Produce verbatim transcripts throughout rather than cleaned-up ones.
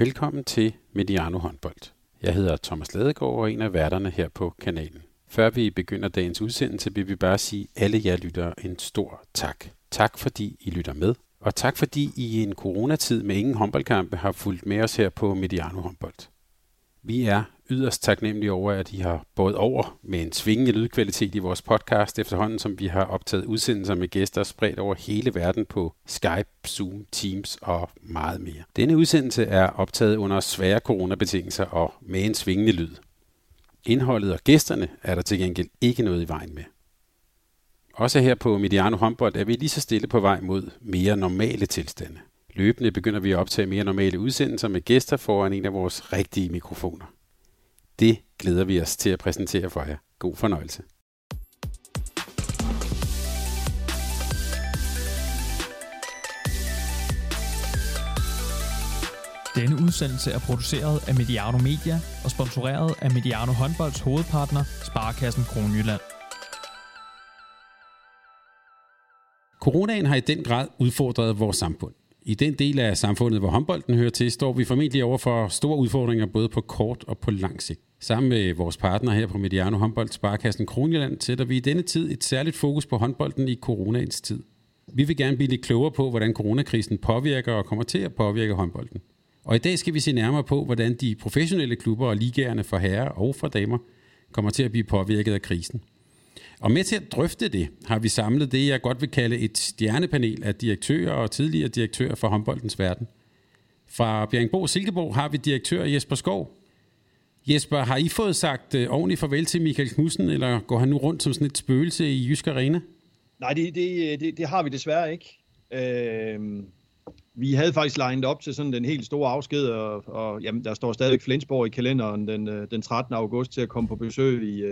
Velkommen til Mediano Håndbold. Jeg hedder Thomas Ladegaard og er en af værterne her på kanalen. Før vi begynder dagens udsendelse, vil vi bare sige alle jer lyttere en stor tak. Tak fordi I lytter med, og tak fordi I i en coronatid med ingen håndboldkampe har fulgt med os her på Mediano Håndbold. Vi er yderst taknemmelige over, at I har båret over med en svingende lydkvalitet i vores podcast efterhånden, som vi har optaget udsendelser med gæster spredt over hele verden på Skype, Zoom, Teams og meget mere. Denne udsendelse er optaget under svære coronabetingelser og med en svingende lyd. Indholdet og gæsterne er der til gengæld ikke noget i vejen med. Også her på Mediano Håndbold er vi lige så stille på vej mod mere normale tilstande. Løbende begynder vi at optage mere normale udsendelser med gæster foran en af vores rigtige mikrofoner. Det glæder vi os til at præsentere for jer. God fornøjelse. Denne udsendelse er produceret af Mediano Media og sponsoreret af Mediano Håndbolds hovedpartner, Sparekassen Kronjylland. Coronaen har i den grad udfordret vores samfund. I den del af samfundet, hvor håndbolden hører til, står vi formentlig over for store udfordringer både på kort og på lang sigt. Sammen med vores partner her på Mediano Håndbold, Sparekassen Kronjylland, sætter vi i denne tid et særligt fokus på håndbolden i coronaens tid. Vi vil gerne blive lidt klogere på, hvordan coronakrisen påvirker og kommer til at påvirke håndbolden. Og i dag skal vi se nærmere på, hvordan de professionelle klubber og ligaerne for herrer og for damer kommer til at blive påvirket af krisen. Og med til at drøfte det, har vi samlet det, jeg godt vil kalde et stjernepanel af direktører og tidligere direktører for håndboldens verden. Fra Bjerringbro Silkeborg har vi direktør Jesper Skov. Jesper, har I fået sagt ordentligt farvel til Michael Knudsen, eller går han nu rundt som sådan et spøgelse i Jysk Arena? Nej, det, det, det, det har vi desværre ikke. Øh, vi havde faktisk legnet op til sådan den helt store afsked, og, og jamen, der står stadigvæk Flensborg i kalenderen den, den trettende august til at komme på besøg i...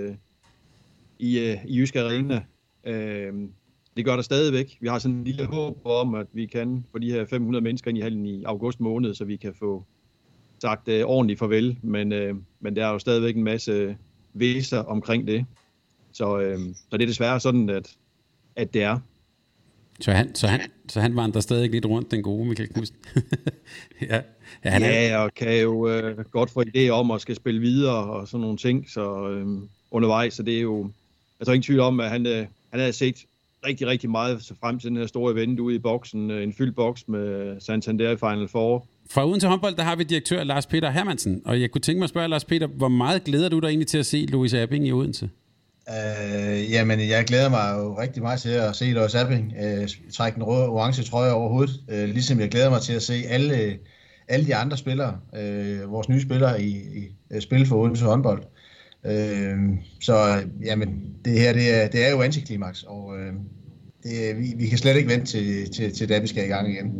i, i Jysk Arena. Øh, det gør der stadigvæk. Vi har sådan en lille håb om, at vi kan få de her fem hundrede mennesker ind i hallen i august måned, så vi kan få sagt øh, ordentligt farvel, men, øh, men der er jo stadigvæk en masse væser omkring det. Så, øh, så det er desværre sådan, at, at det er. Så han, så, han, så han vandrer stadig lidt rundt, den gode Michael Knudsen. ja, ja, han ja, og kan jo øh, godt få idéer om at skal spille videre og sådan nogle ting, så øh, undervejs, så det er jo jeg tror ingen tvivl om, at han, øh, han havde set rigtig, rigtig meget frem til den her store event ude i boksen. En fyldt boks med Santander i Final Four. Fra uden til håndbold, der har vi direktør Lars Peter Hermansen. Og jeg kunne tænke mig at spørge Lars Peter, hvor meget glæder du dig egentlig til at se Louise Abing i Odense? Uh, jamen, jeg glæder mig jo rigtig meget til at se Louise Abing uh, trække den røde orange trøje over hovedet. Uh, ligesom jeg glæder mig til at se alle, alle de andre spillere, uh, vores nye spillere i, i uh, spil for Odense håndbold. Øh, så jamen, det her det er, det er jo antiklimaks, og øh, det, vi, vi kan slet ikke vente til, til, til da vi skal i gang igen.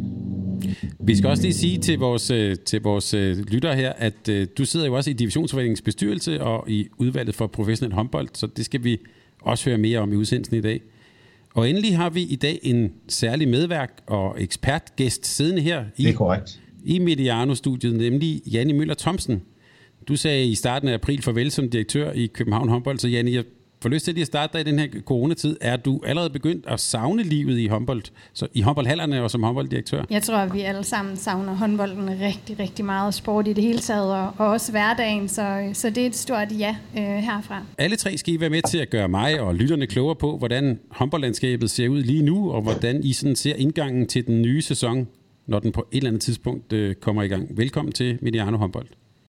Vi skal også lige sige til vores, til vores lyttere her, at øh, du sidder jo også i Divisionsforeningens bestyrelse og i udvalget for professionel håndbold, så det skal vi også høre mere om i udsendelsen i dag. Og endelig har vi i dag en særlig medværk og ekspertgæst siddende her i, det er korrekt. i Mediano-studiet, nemlig Janni Møller Thomsen. Du sagde i starten af april farvel som direktør i København Håndbold, så Janni, jeg får lyst til lige at starte dig i den her coronatid. Er du allerede begyndt at savne livet i håndbold, så i håndboldhallerne og som håndbolddirektør? Jeg tror, at vi alle sammen savner håndbolden rigtig, rigtig meget, sport i det hele taget, og, og også hverdagen, så, så det er et stort ja øh, herfra. Alle tre skal I være med til at gøre mig og lytterne klogere på, hvordan håndboldlandskabet ser ud lige nu, og hvordan I sådan ser indgangen til den nye sæson, når den på et eller andet tidspunkt øh, kommer i gang. Velkommen til Mediano Håndbold.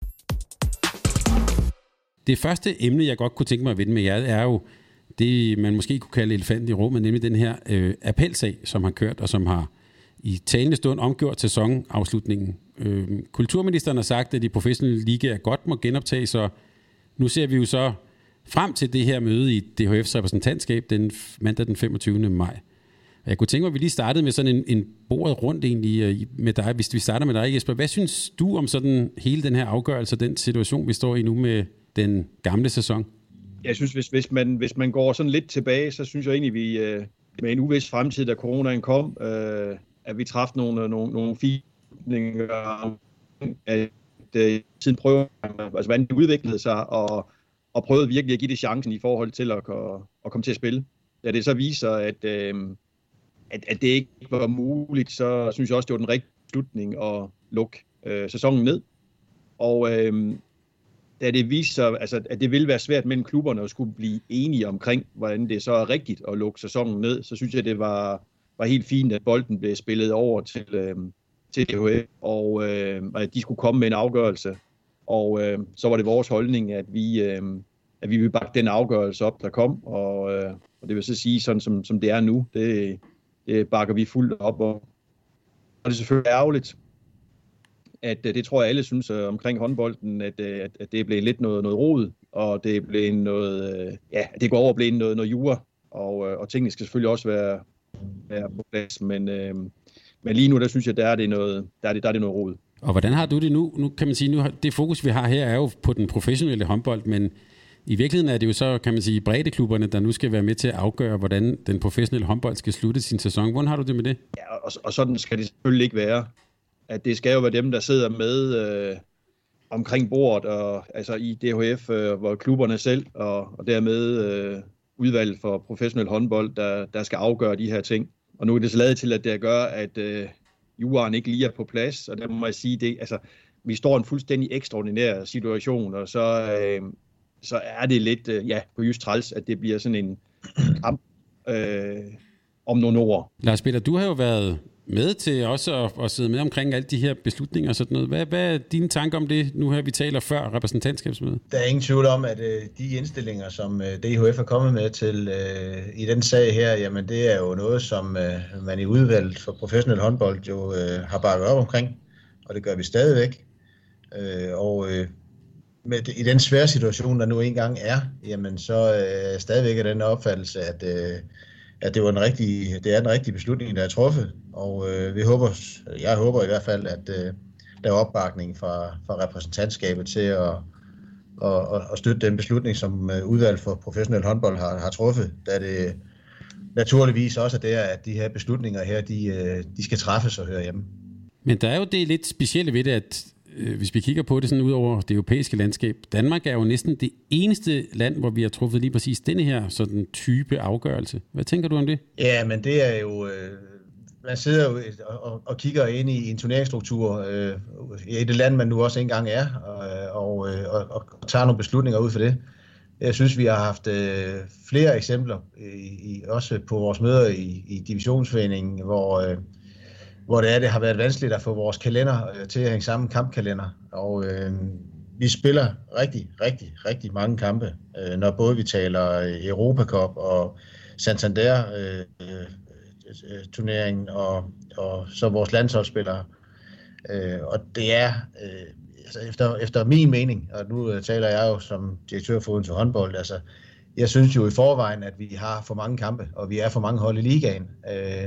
Det første emne, jeg godt kunne tænke mig at vende med jer, er jo det, man måske kunne kalde elefanten i rummet, nemlig den her øh, appelsag, som har kørt, og som har i talende stund omgjort sæsonafslutningen. Øh, kulturministeren har sagt, at de professionelle ligaer godt må genoptages, og nu ser vi jo så frem til det her møde i D H F's repræsentantskab den mandag den femogtyvende maj. Og jeg kunne tænke mig, at vi lige startede med sådan en, en bordet rundt egentlig med dig. Hvis vi starter med dig, Jesper, hvad synes du om sådan hele den her afgørelse, den situation, vi står i nu med den gamle sæson? Jeg synes, hvis, hvis, man, hvis man går sådan lidt tilbage, så synes jeg egentlig, vi øh, med en uvis fremtid, da coronaen kom, øh, at vi træffede nogle, nogle, nogle fininger, at øh, tiden prøver, altså hvordan det udviklede sig, og, og prøvede virkelig at give det chancen i forhold til at, at, at komme til at spille. Da det så viser, at, øh, at, at det ikke var muligt, så synes jeg også, det var den rigtige beslutning at lukke øh, sæsonen ned. Og øh, da det viser sig, altså, at det vil være svært mellem klubberne at skulle blive enige omkring, hvordan det så er rigtigt at lukke sæsonen ned, så synes jeg, det var, var helt fint, at bolden blev spillet over til, øh, til D H F, og øh, at de skulle komme med en afgørelse. Og øh, så var det vores holdning, at vi, øh, at vi ville bakke den afgørelse op, der kom, og, øh, og det vil så sige, sådan som, som det er nu, det, det bakker vi fuldt op om. Og det er selvfølgelig ærgerligt, at det tror jeg alle synes omkring håndbolden, at, at, at det blev lidt noget, noget rod, og det blev noget, ja, det går over og blev noget, noget jura, og, og tingene skal selvfølgelig også være, være på plads, men, øh, men lige nu, der synes jeg, der er det noget, der er det, der er det noget rod. Og hvordan har du det nu? Nu kan man sige, nu det fokus, vi har her, er jo på den professionelle håndbold, men i virkeligheden er det jo så, kan man sige, breddeklubberne, der nu skal være med til at afgøre, hvordan den professionelle håndbold skal slutte sin sæson. Hvordan har du det med det? Ja, og, og sådan skal det selvfølgelig ikke være. At det skal jo være dem, der sidder med øh, omkring bordet, og, altså i D H F, øh, hvor klubberne selv, og, og dermed øh, udvalget for professionel håndbold, der, der skal afgøre de her ting. Og nu er det så lavet til, at det gør, at øh, juraen ikke lige er på plads, og der må jeg sige, det, altså, vi står i en fuldstændig ekstraordinær situation, og så, øh, så er det lidt, øh, ja, på just træls, at det bliver sådan en kamp øh, om nogle år. Lars Peter, du har jo været med til også at, at sidde med omkring alle de her beslutninger og sådan noget. Hvad, hvad er dine tanker om det, nu her vi taler før repræsentantskabsmødet? Der er ingen tvivl om, at øh, de indstillinger, som øh, D H F er kommet med til øh, i den sag her, jamen det er jo noget, som øh, man i udvalget for professionel håndbold jo øh, har bakket op omkring, og det gør vi stadigvæk. Øh, og øh, med, i den svære situation, der nu engang er, jamen så øh, stadigvæk er den opfattelse, at øh, at det var en rigtig, det er en rigtig beslutning, der er truffet, og øh, vi håber, jeg håber i hvert fald, at øh, der er opbakning fra, fra repræsentantskabet til at, at, at støtte den beslutning, som øh, udvalget for professionel håndbold har, har truffet, da det naturligvis også er der, at de her beslutninger her, de, øh, de skal træffes og høre hjemme. Men der er jo det lidt specielle ved det, at øh, hvis vi kigger på det sådan ud over det europæiske landskab, Danmark er jo næsten det eneste land, hvor vi har truffet lige præcis denne her sådan type afgørelse. Hvad tænker du om det? Ja, men det er jo, øh, man sidder jo og, og kigger ind i en turneringsstruktur øh, i det land, man nu også engang er, og, og, og, og tager nogle beslutninger ud for det. Jeg synes, vi har haft øh, flere eksempler, i, i, også på vores møder i, i divisionsforeningen, hvor øh, hvor det er, det har været vanskeligt at få vores kalender øh, til at hænge sammen, kampkalender. Og øh, vi spiller rigtig, rigtig, rigtig mange kampe, øh, når både vi taler Europa Cup og Santander øh, øh, turneringen og, og så vores landsholdsspillere. Øh, og det er, øh, altså efter, efter min mening, og nu øh, taler jeg jo som direktør for Odense håndbold, altså jeg synes jo i forvejen, at vi har for mange kampe, og vi er for mange hold i ligaen. Øh,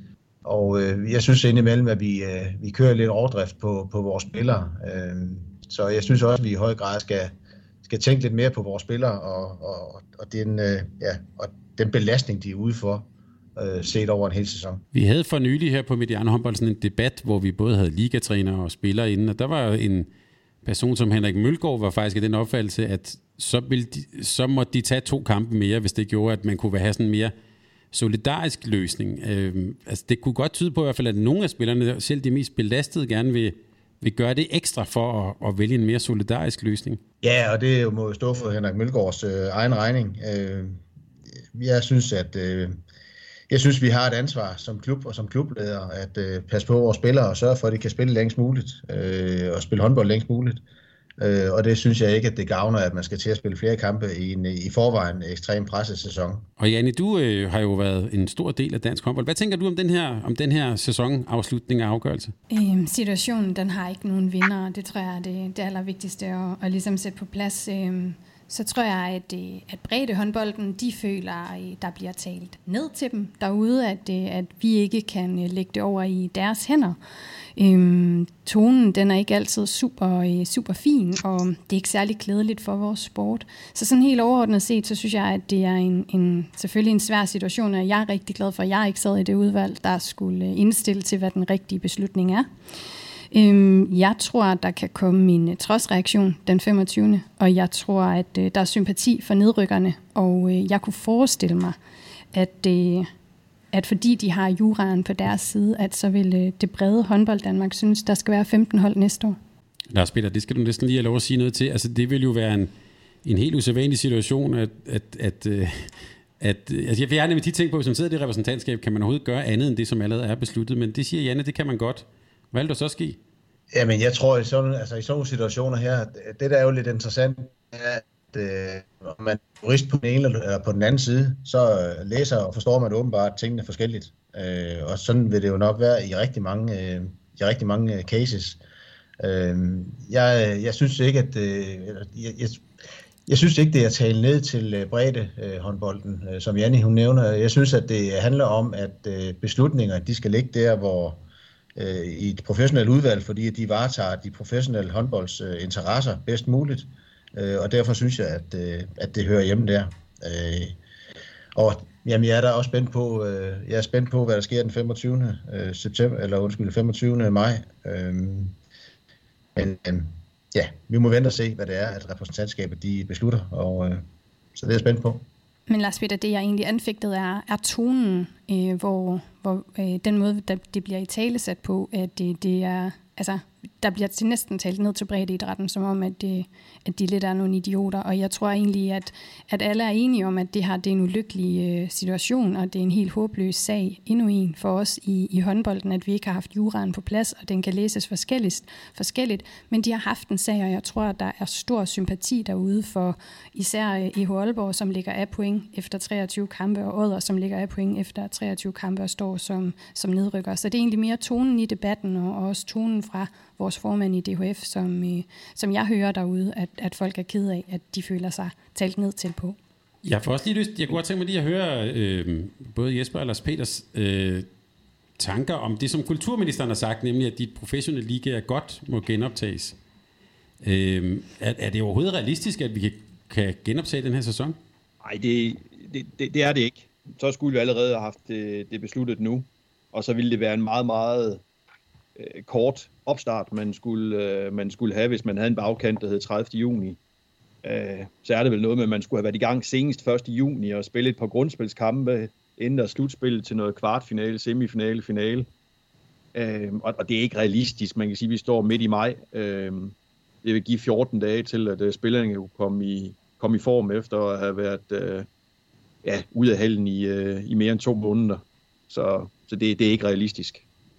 Og øh, jeg synes indimellem, at vi, øh, vi kører lidt overdrift på, på vores spillere. Øh, så jeg synes også, at vi i høj grad skal, skal tænke lidt mere på vores spillere og, og, og, den, øh, ja, og den belastning, de er ude for, øh, set over en hel sæson. Vi havde for nylig her på Mediano Håndbold sådan en debat, hvor vi både havde ligatrænere og spillere inde, og der var en person som Henrik Mølgaard var faktisk i den opfattelse, at så, ville de, så måtte de tage to kampe mere, hvis det gjorde, at man kunne have sådan mere solidarisk løsning. Øh, altså det kunne godt tyde på i hvert fald, at nogle af spillerne, selv de mest belastede, gerne vil, vil gøre det ekstra for at, at vælge en mere solidarisk løsning. Ja, og det må jo stå for Henrik Mølgaards øh, egen regning. Øh, jeg synes, at øh, jeg synes, vi har et ansvar som klub og som klubleder at øh, passe på vores spillere og sørge for, at de kan spille længst muligt øh, og spille håndbold længst muligt. Øh, og det synes jeg ikke, at det gavner, at man skal til at spille flere kampe i en i forvejen ekstrem presset sæson. Og Janne, du øh, har jo været en stor del af dansk håndbold. Hvad tænker du om den her, om den her sæsonafslutning og afgørelse? Øhm, situationen, den har ikke nogen vinder. Det tror jeg er det, det allervigtigste at, at ligesom sætte på plads. Øhm, så tror jeg, at, at bredde håndbolden, de føler, at der bliver talt ned til dem derude, at, at vi ikke kan lægge det over i deres hænder. Øhm, tonen, den er ikke altid super, super fin, og det er ikke særlig klædeligt for vores sport. Så sådan helt overordnet set, så synes jeg, at det er en, en, selvfølgelig en svær situation, og jeg er rigtig glad for, at jeg ikke sad i det udvalg, der skulle indstille til, hvad den rigtige beslutning er. Øhm, jeg tror, at der kan komme en trodsreaktion den femogtyvende og jeg tror, at øh, der er sympati for nedrykkerne, og øh, jeg kunne forestille mig, at, øh, at fordi de har juraen på deres side, at så vil øh, det brede håndbold Danmark synes, der skal være femten hold næste år. Lars Peter, det skal du næsten lige have lov at sige noget til. Altså, det vil jo være en, en helt usædvanlig situation, at, at, at, at, at altså, jeg har nemlig de ting på, hvis man sidder i det repræsentantskab, kan man overhovedet gøre andet end det, som allerede er besluttet, men det siger Janne, det kan man godt. Hvad vil der så ske? Jamen, jeg tror, i sådan, altså, i sådan nogle situationer her, det der er jo lidt interessant, er, at øh, om man er jurist på den ene eller på den anden side, så læser og forstår man åbenbart tingene forskelligt. Øh, og sådan vil det jo nok være i rigtig mange, øh, i rigtig mange cases. Øh, jeg, jeg synes ikke, at øh, jeg, jeg, jeg synes ikke, det er at tale ned til bredde øh, håndbolden, øh, som Janne hun nævner. Jeg synes, at det handler om, at øh, beslutninger, de skal ligge der, hvor øh, i et professionelt udvalg, fordi de varetager de professionelle håndbolds øh, interesser bedst muligt. Øh, og derfor synes jeg, at, øh, at det hører hjemme der. Øh, og jamen, jeg er da også spændt på, øh, jeg er spændt på, hvad der sker den femogtyvende september, eller undskyld, femogtyvende maj. Øh, men øh, ja, vi må vente og se, hvad det er, at repræsentantskabet de beslutter, og øh, så det er jeg spændt på. Men Lars Peter, det jeg egentlig anfægtet er, er tonen, øh, hvor, hvor øh, den måde, der det bliver i talesat på, at det, det er, altså, der bliver til næsten talt ned til breddeidrætten, som om, at, det, at de lidt er nogle idioter. Og jeg tror egentlig, at, at alle er enige om, at det her det er en ulykkelig øh, situation, og det er en helt håbløs sag, endnu en for os i, i håndbolden, at vi ikke har haft juraen på plads, og den kan læses forskelligt, forskelligt. Men de har haft en sag, og jeg tror, at der er stor sympati derude for især E H Aalborg, som ligger af point efter treogtyve kampe, og Odder, som ligger af point efter treogtyve kampe og står som, som nedrykker. Så det er egentlig mere tonen i debatten, og også tonen fra vores formand i D H F, som, øh, som jeg hører derude, at, at folk er ked af, at de føler sig talt ned til på. Jeg får også lige lyst, jeg kunne godt tænke mig lige at høre øh, både Jesper og Lars Peters øh, tanker om det, som kulturministeren har sagt, nemlig at de professionelle ligaer godt må genoptages. Øh, er, er det overhovedet realistisk, at vi kan, kan genoptage den her sæson? Nej, det, det, det, det er det ikke. Så skulle vi allerede have haft det, det besluttet nu, og så ville det være en meget, meget øh, kort opstart, man skulle, øh, man skulle have, hvis man havde en bagkant, der hed tredivte juni. Øh, så er det vel noget med, at man skulle have været i gang senest første juni og spille et par grundspilskampe, inden der slutspillet til noget kvartfinale, semifinale, finale. Øh, og, og det er ikke realistisk. Man kan sige, at vi står midt i maj. Øh, det vil give fjorten dage til, at uh, spillerne kunne komme i, komme i form efter at have været uh, ja, ude af hallen i, uh, i mere end to måneder. Så, så det, det er ikke realistisk.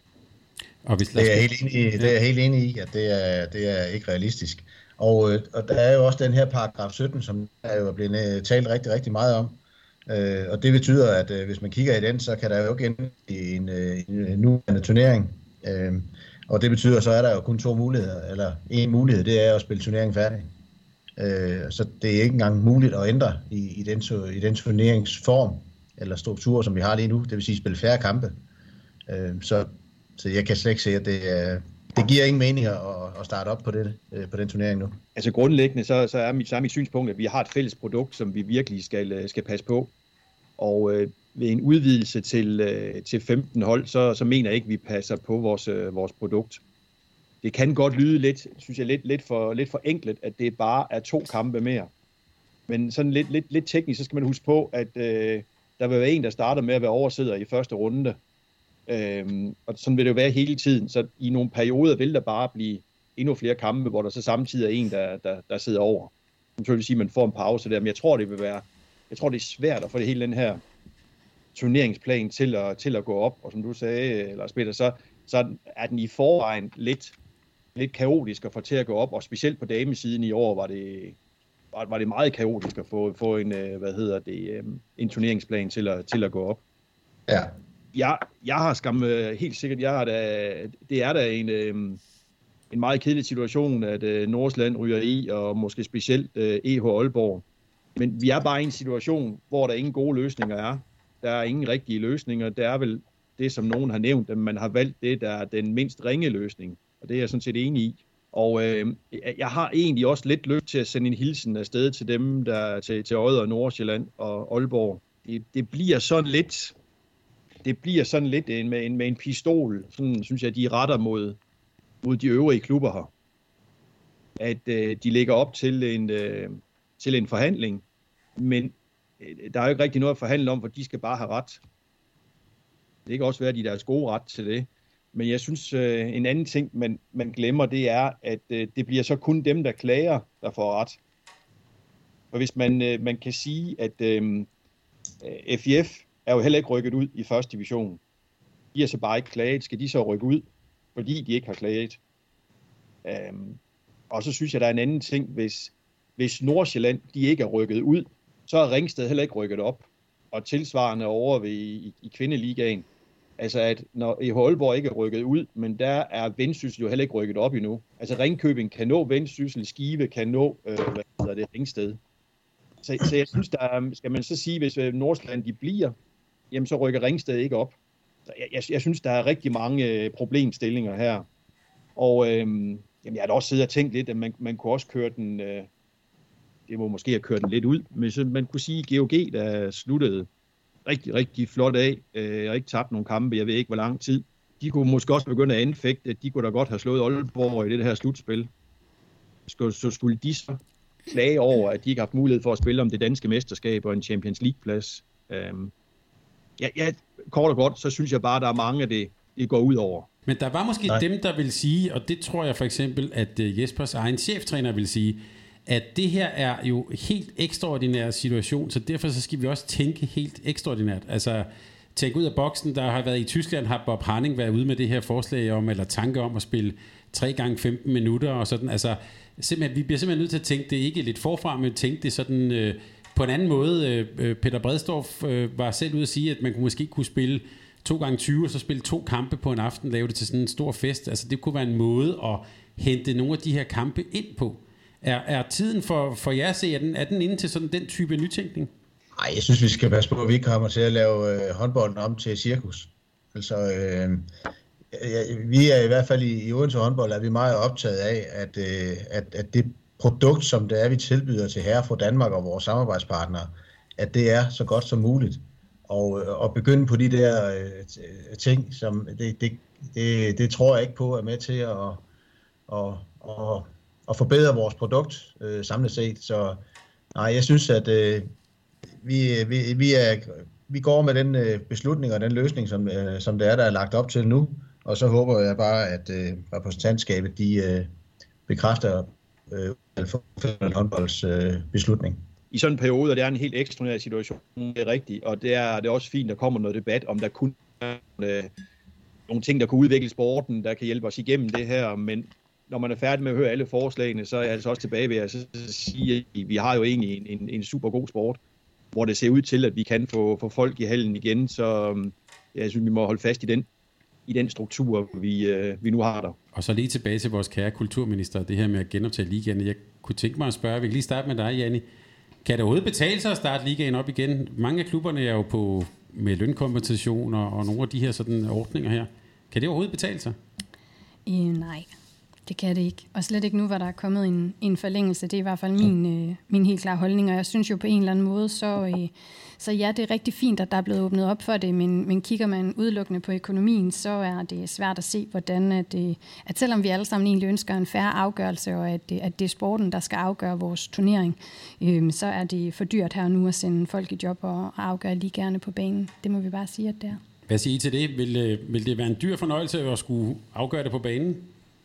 Og hvis det, er jeg helt enig i, det er jeg helt enig i, at det er, det er ikke realistisk. Og, og der er jo også den her paragraf sytten, som er jo blevet talt rigtig, rigtig meget om. Øh, og det betyder, at øh, hvis man kigger i den, så kan der jo ikke ende i en, en nuværende turnering. Øh, og det betyder, så er der jo kun to muligheder, eller en mulighed, det er at spille turneringen færdig. Øh, så det er ikke engang muligt at ændre i, i, den, i den turneringsform, eller struktur, som vi har lige nu, det vil sige spille færre kampe. Øh, så, så jeg kan slet ikke se, at det er... Det giver ingen mening at, at starte op på, det, på den turnering nu. Altså grundlæggende, så, så, er mit, så er mit synspunkt, at vi har et fælles produkt, som vi virkelig skal, skal passe på. Og øh, ved en udvidelse til, øh, til femten hold, så, så mener jeg ikke, at vi passer på vores, øh, vores produkt. Det kan godt lyde lidt, synes jeg, lidt, lidt, for, lidt for enkelt, at det bare er to kampe mere. Men sådan lidt, lidt, lidt teknisk, så skal man huske på, at øh, der vil være en, der starter med at være oversidder i første runde. Øhm, og sådan vil det jo være hele tiden, så i nogle perioder vil der bare blive endnu flere kampe, hvor der så samtidig er en, der, der, der sidder over. Så vil det sige, at man får en pause der, men jeg tror, det vil være, jeg tror, det er svært at få det hele den her turneringsplan til at, til at gå op, og som du sagde, Lars Peter, så, så er den i forvejen lidt, lidt kaotisk at få til at gå op, og specielt på damesiden i år var det, var, var det meget kaotisk at få, få en, hvad hedder det, en turneringsplan til at, til at gå op. Ja. Jeg, jeg har skam helt sikkert, jeg har da, det er da en, en meget kedelig situation, at Nordsjælland ryger i, og måske specielt E H Aalborg. Men vi er bare i en situation, hvor der ingen gode løsninger er. Der er ingen rigtige løsninger. Det er vel det, som nogen har nævnt, at man har valgt det, der er den mindst ringe løsning. Og det er jeg sådan set enig i. Og øh, jeg har egentlig også lidt lyst til at sende en hilsen afsted til dem, der til, til Odder og Nordsjælland og Aalborg. Det, det bliver sådan lidt... Det bliver sådan lidt en, med, en, med en pistol, sådan synes jeg, de retter mod, mod de øvrige klubber her. At øh, de lægger op til en, øh, til en forhandling, men øh, der er jo ikke rigtig noget at forhandle om, for de skal bare have ret. Det kan også være, at de der er deres gode ret til det. Men jeg synes, øh, en anden ting, man, man glemmer, det er, at øh, det bliver så kun dem, der klager, der får ret. Og hvis man, øh, man kan sige, at øh, F I F er jo heller ikke rykket ud i første division. De har så bare ikke klaget. Skal de så rykke ud, fordi de ikke har klaget? Um, og så synes jeg, der er en anden ting. Hvis, hvis Nordsjælland de ikke er rykket ud, så er Ringsted heller ikke rykket op. Og tilsvarende over ved, i, i kvindeligaen. Altså at når E H Aalborg ikke er rykket ud, men der er Vendsyssel jo heller ikke rykket op endnu. Altså Ringkøbing kan nå Vendsyssel, Skive kan nå øh, hvad hedder det, Ringsted. Så, så jeg synes, der er, skal man så sige, hvis Nordsjælland de bliver, jamen så rykker Ringsted ikke op. Så jeg, jeg, jeg synes, der er rigtig mange problemstillinger her. Og øh, jamen, jeg har da også siddet og tænkt lidt, at man, man kunne også køre den, øh, det må måske have kørt den lidt ud, men så man kunne sige, at G O G, der sluttede rigtig, rigtig flot af, øh, og ikke tabt nogle kampe, jeg ved ikke, hvor lang tid. De kunne måske også begynde at anfægte, at de kunne da godt have slået Aalborg i det her slutspil. Så skulle de så klage over, at de ikke har haft mulighed for at spille om det danske mesterskab og en Champions League-plads. Um, ja, ja, kort og godt, så synes jeg bare, at der er mange af det, det går ud over. Men der var måske Nej. dem, der vil sige, og det tror jeg for eksempel, at Jespers egen cheftræner vil sige, at det her er jo helt ekstraordinær situation, så derfor så skal vi også tænke helt ekstraordinært. Altså tænke ud af boksen. Der har været i Tyskland, har Bob Harning været ude med det her forslag om, eller tanke om at spille tre gange femten minutter og sådan. Altså simpelthen, vi bliver simpelthen nødt til at tænke det ikke lidt forfra, men tænke det sådan øh, på en anden måde. Øh, Peter Bredstorff øh, var selv ude at sige, at man kunne måske kunne spille to gange tyve, og så spille to kampe på en aften, lave det til sådan en stor fest. Altså det kunne være en måde at hente nogle af de her kampe ind på. Er, er tiden for, for jer at se, er den, er den inde til sådan den type nytænkning? Nej, jeg synes, vi skal passe på, at vi ikke kommer til at lave øh, håndbolden om til cirkus. Altså, øh, ja, vi er i hvert fald i, i Odense håndbold, er vi meget optaget af, at, øh, at, at det produkt, som det er, vi tilbyder til herre fra Danmark og vores samarbejdspartnere, at det er så godt som muligt. Og, og begynde på de der øh, ting, som det, det, det, det tror jeg ikke på er med til at, at, at, at forbedre vores produkt øh, samlet set. Så nej, jeg synes, at øh, vi, vi, vi, er, vi går med den øh, beslutning og den løsning, som, øh, som det er, der er lagt op til nu. Og så håber jeg bare, at øh, repræsentantskabet de, øh, bekræfter øh, for håndbolds øh, beslutning. I sådan en periode, og det er en helt ekstraordinær situation, det er rigtigt, og det er, det er også fint, at der kommer noget debat, om der kun er øh, nogle ting, der kan udvikle sporten, der kan hjælpe os igennem det her, men når man er færdig med at høre alle forslagene, så er jeg altså også tilbage ved at sige, at vi har jo egentlig en, en, en super god sport, hvor det ser ud til, at vi kan få, få folk i hallen igen, så ja, jeg synes, vi må holde fast i den, i den struktur, vi, øh, vi nu har der. Og så lige tilbage til vores kære kulturminister, det her med at genoptage ligaen. Jeg kunne tænke mig at spørge, vi kan lige starte med dig, Janni. Kan det overhovedet betale sig at starte ligaen op igen? Mange af klubberne er jo på med lønkompensation og, og nogle af de her sådan ordninger her. Kan det overhovedet betale sig? I, nej, det kan det ikke. Og slet ikke nu, hvor der er kommet en, en forlængelse. Det er i hvert fald min, øh, min helt klare holdning, og jeg synes jo på en eller anden måde, så, øh, så ja, det er rigtig fint, at der er blevet åbnet op for det, men, men kigger man udelukkende på økonomien, så er det svært at se, hvordan at, øh, at selvom vi alle sammen egentlig ønsker en fair afgørelse, og at, at det er sporten, der skal afgøre vores turnering, øh, så er det for dyrt her nu at sende folk i job og afgøre ligaerne på banen. Det må vi bare sige, at det er. Hvad siger I til det? Vil, vil det være en dyr fornøjelse at skulle afgøre det på banen?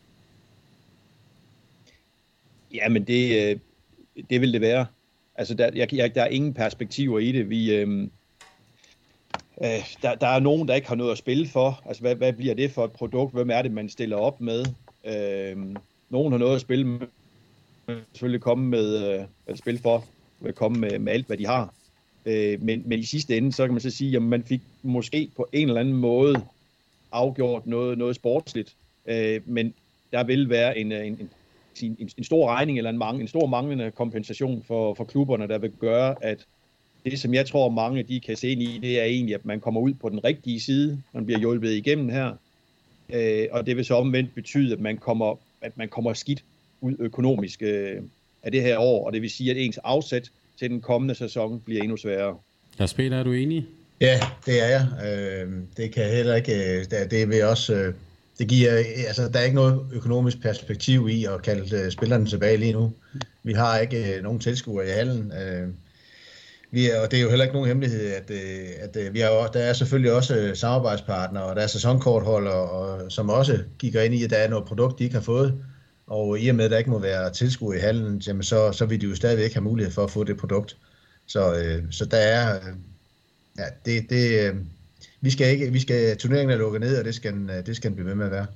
Ja, men det, det vil det være. Altså, der, jeg, jeg, der er ingen perspektiver i det. Vi, øh, øh, der, der er nogen, der ikke har noget at spille for. Altså, hvad, hvad bliver det for et produkt? Hvem er det, man stiller op med? Øh, nogen har noget at spille med. Selvfølgelig komme med, øh, at spille for. Vil komme med, med alt, hvad de har. Øh, men, men i sidste ende, så kan man så sige, at man fik måske på en eller anden måde afgjort noget, noget sportsligt. Øh, men der vil være en, en, en En, en stor regning eller en, mang, en stor manglende kompensation for, for klubberne, der vil gøre, at det, som jeg tror, mange de kan se ind i, det er egentlig, at man kommer ud på den rigtige side, man bliver hjulpet igennem her, øh, og det vil så omvendt betyde, at man kommer, at man kommer skidt ud økonomisk øh, af det her år, og det vil sige, at ens afsæt til den kommende sæson bliver endnu sværere. Lars Peter, er du enig? Ja, det er jeg. Øh, det kan heller ikke, det vil også... Øh, Det giver, altså, der er ikke noget økonomisk perspektiv i at kalde uh, spillerne tilbage lige nu. Vi har ikke uh, nogen tilskuere i hallen. Uh, vi er, og det er jo heller ikke nogen hemmelighed, at, at, at vi er, der er selvfølgelig også samarbejdspartnere, og der er sæsonkortholdere, og, som også kigger ind i, at der er noget produkt, de ikke har fået. Og i og med, at der ikke må være tilskuere i hallen, jamen så, så vil de jo stadigvæk have mulighed for at få det produkt. Så, øh, så der er, øh, ja, det, det, øh, vi skal ikke, vi skal, turneringen er lukket ned, og det skal, det skal den blive ved med at være.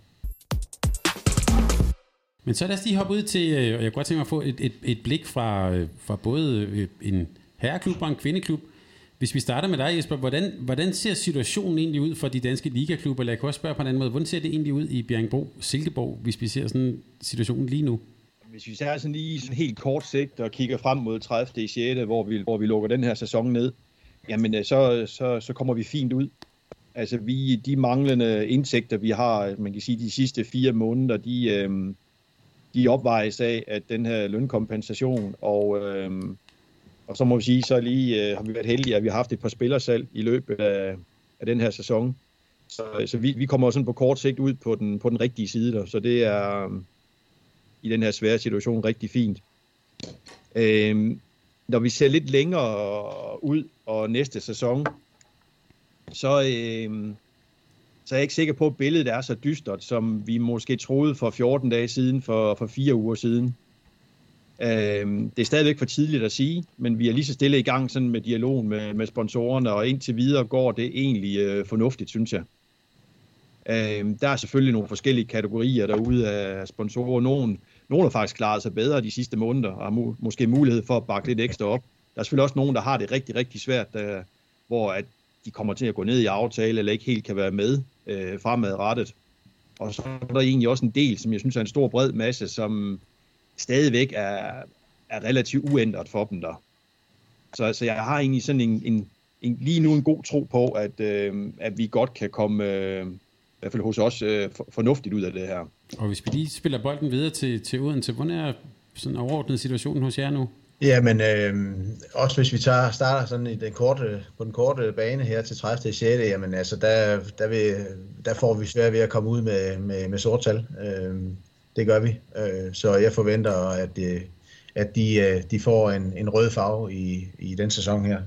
Men så lad os lige hoppe ud til, og jeg kunne godt tænke mig at få et, et, et blik fra, fra både en herreklub og en kvindeklub. Hvis vi starter med dig, Jesper, hvordan, hvordan ser situationen egentlig ud for de danske ligaklubber? Eller jeg kan også spørge på en anden måde, hvordan ser det egentlig ud i Bjerringbro, Silkeborg, hvis vi ser sådan situationen lige nu? Hvis vi ser sådan lige sådan helt kort sigt og kigger frem mod tredivte sjette hvor vi, hvor vi lukker den her sæson ned, jamen så, så, så kommer vi fint ud. Altså vi, de manglende indtægter, vi har, man kan sige de sidste fire måneder, de, øh, de opvejes af, at den her lønkompensation, og, øh, og så må vi sige, så lige øh, har vi været heldige, at vi har haft et par spillersalg i løbet af, af den her sæson. Så, så vi, vi kommer sådan på kort sigt ud på den, på den rigtige side der, så det er øh, i den her svære situation rigtig fint. Øh, når vi ser lidt længere ud og næste sæson, så, øh, så er jeg ikke sikker på, at billedet er så dystert, som vi måske troede for fjorten dage siden, for, for fire uger siden. Øh, det er stadigvæk for tidligt at sige, men vi er lige så stille i gang sådan med dialogen med, med sponsorerne, og indtil videre går det egentlig øh, fornuftigt, synes jeg. Øh, der er selvfølgelig nogle forskellige kategorier derude af sponsorer. Nogle, nogle har faktisk klaret sig bedre de sidste måneder, og har mu- måske mulighed for at bakke lidt ekstra op. Der er selvfølgelig også nogen, der har det rigtig, rigtig svært, der, hvor at de kommer til at gå ned i aftale, eller ikke helt kan være med øh, fremadrettet. Og så er der egentlig også en del, som jeg synes er en stor bred masse, som stadigvæk er, er relativt uændret for dem der. Så altså, jeg har egentlig sådan en, en, en, lige nu en god tro på, at, øh, at vi godt kan komme, øh, i hvert fald hos os, øh, for, fornuftigt ud af det her. Og hvis vi lige spiller bolden videre til, til Odense, hvordan er sådan overordnet situationen hos jer nu? Ja, men øh, også hvis vi tager, starter sådan i den korte, på den korte bane her til tredivte sjette jamen altså, der, der, vil, der får vi svært ved at komme ud med, med, med sorttal. Øh, det gør vi. Øh, så jeg forventer, at, at de, de får en, en rød farve i, i den sæson her.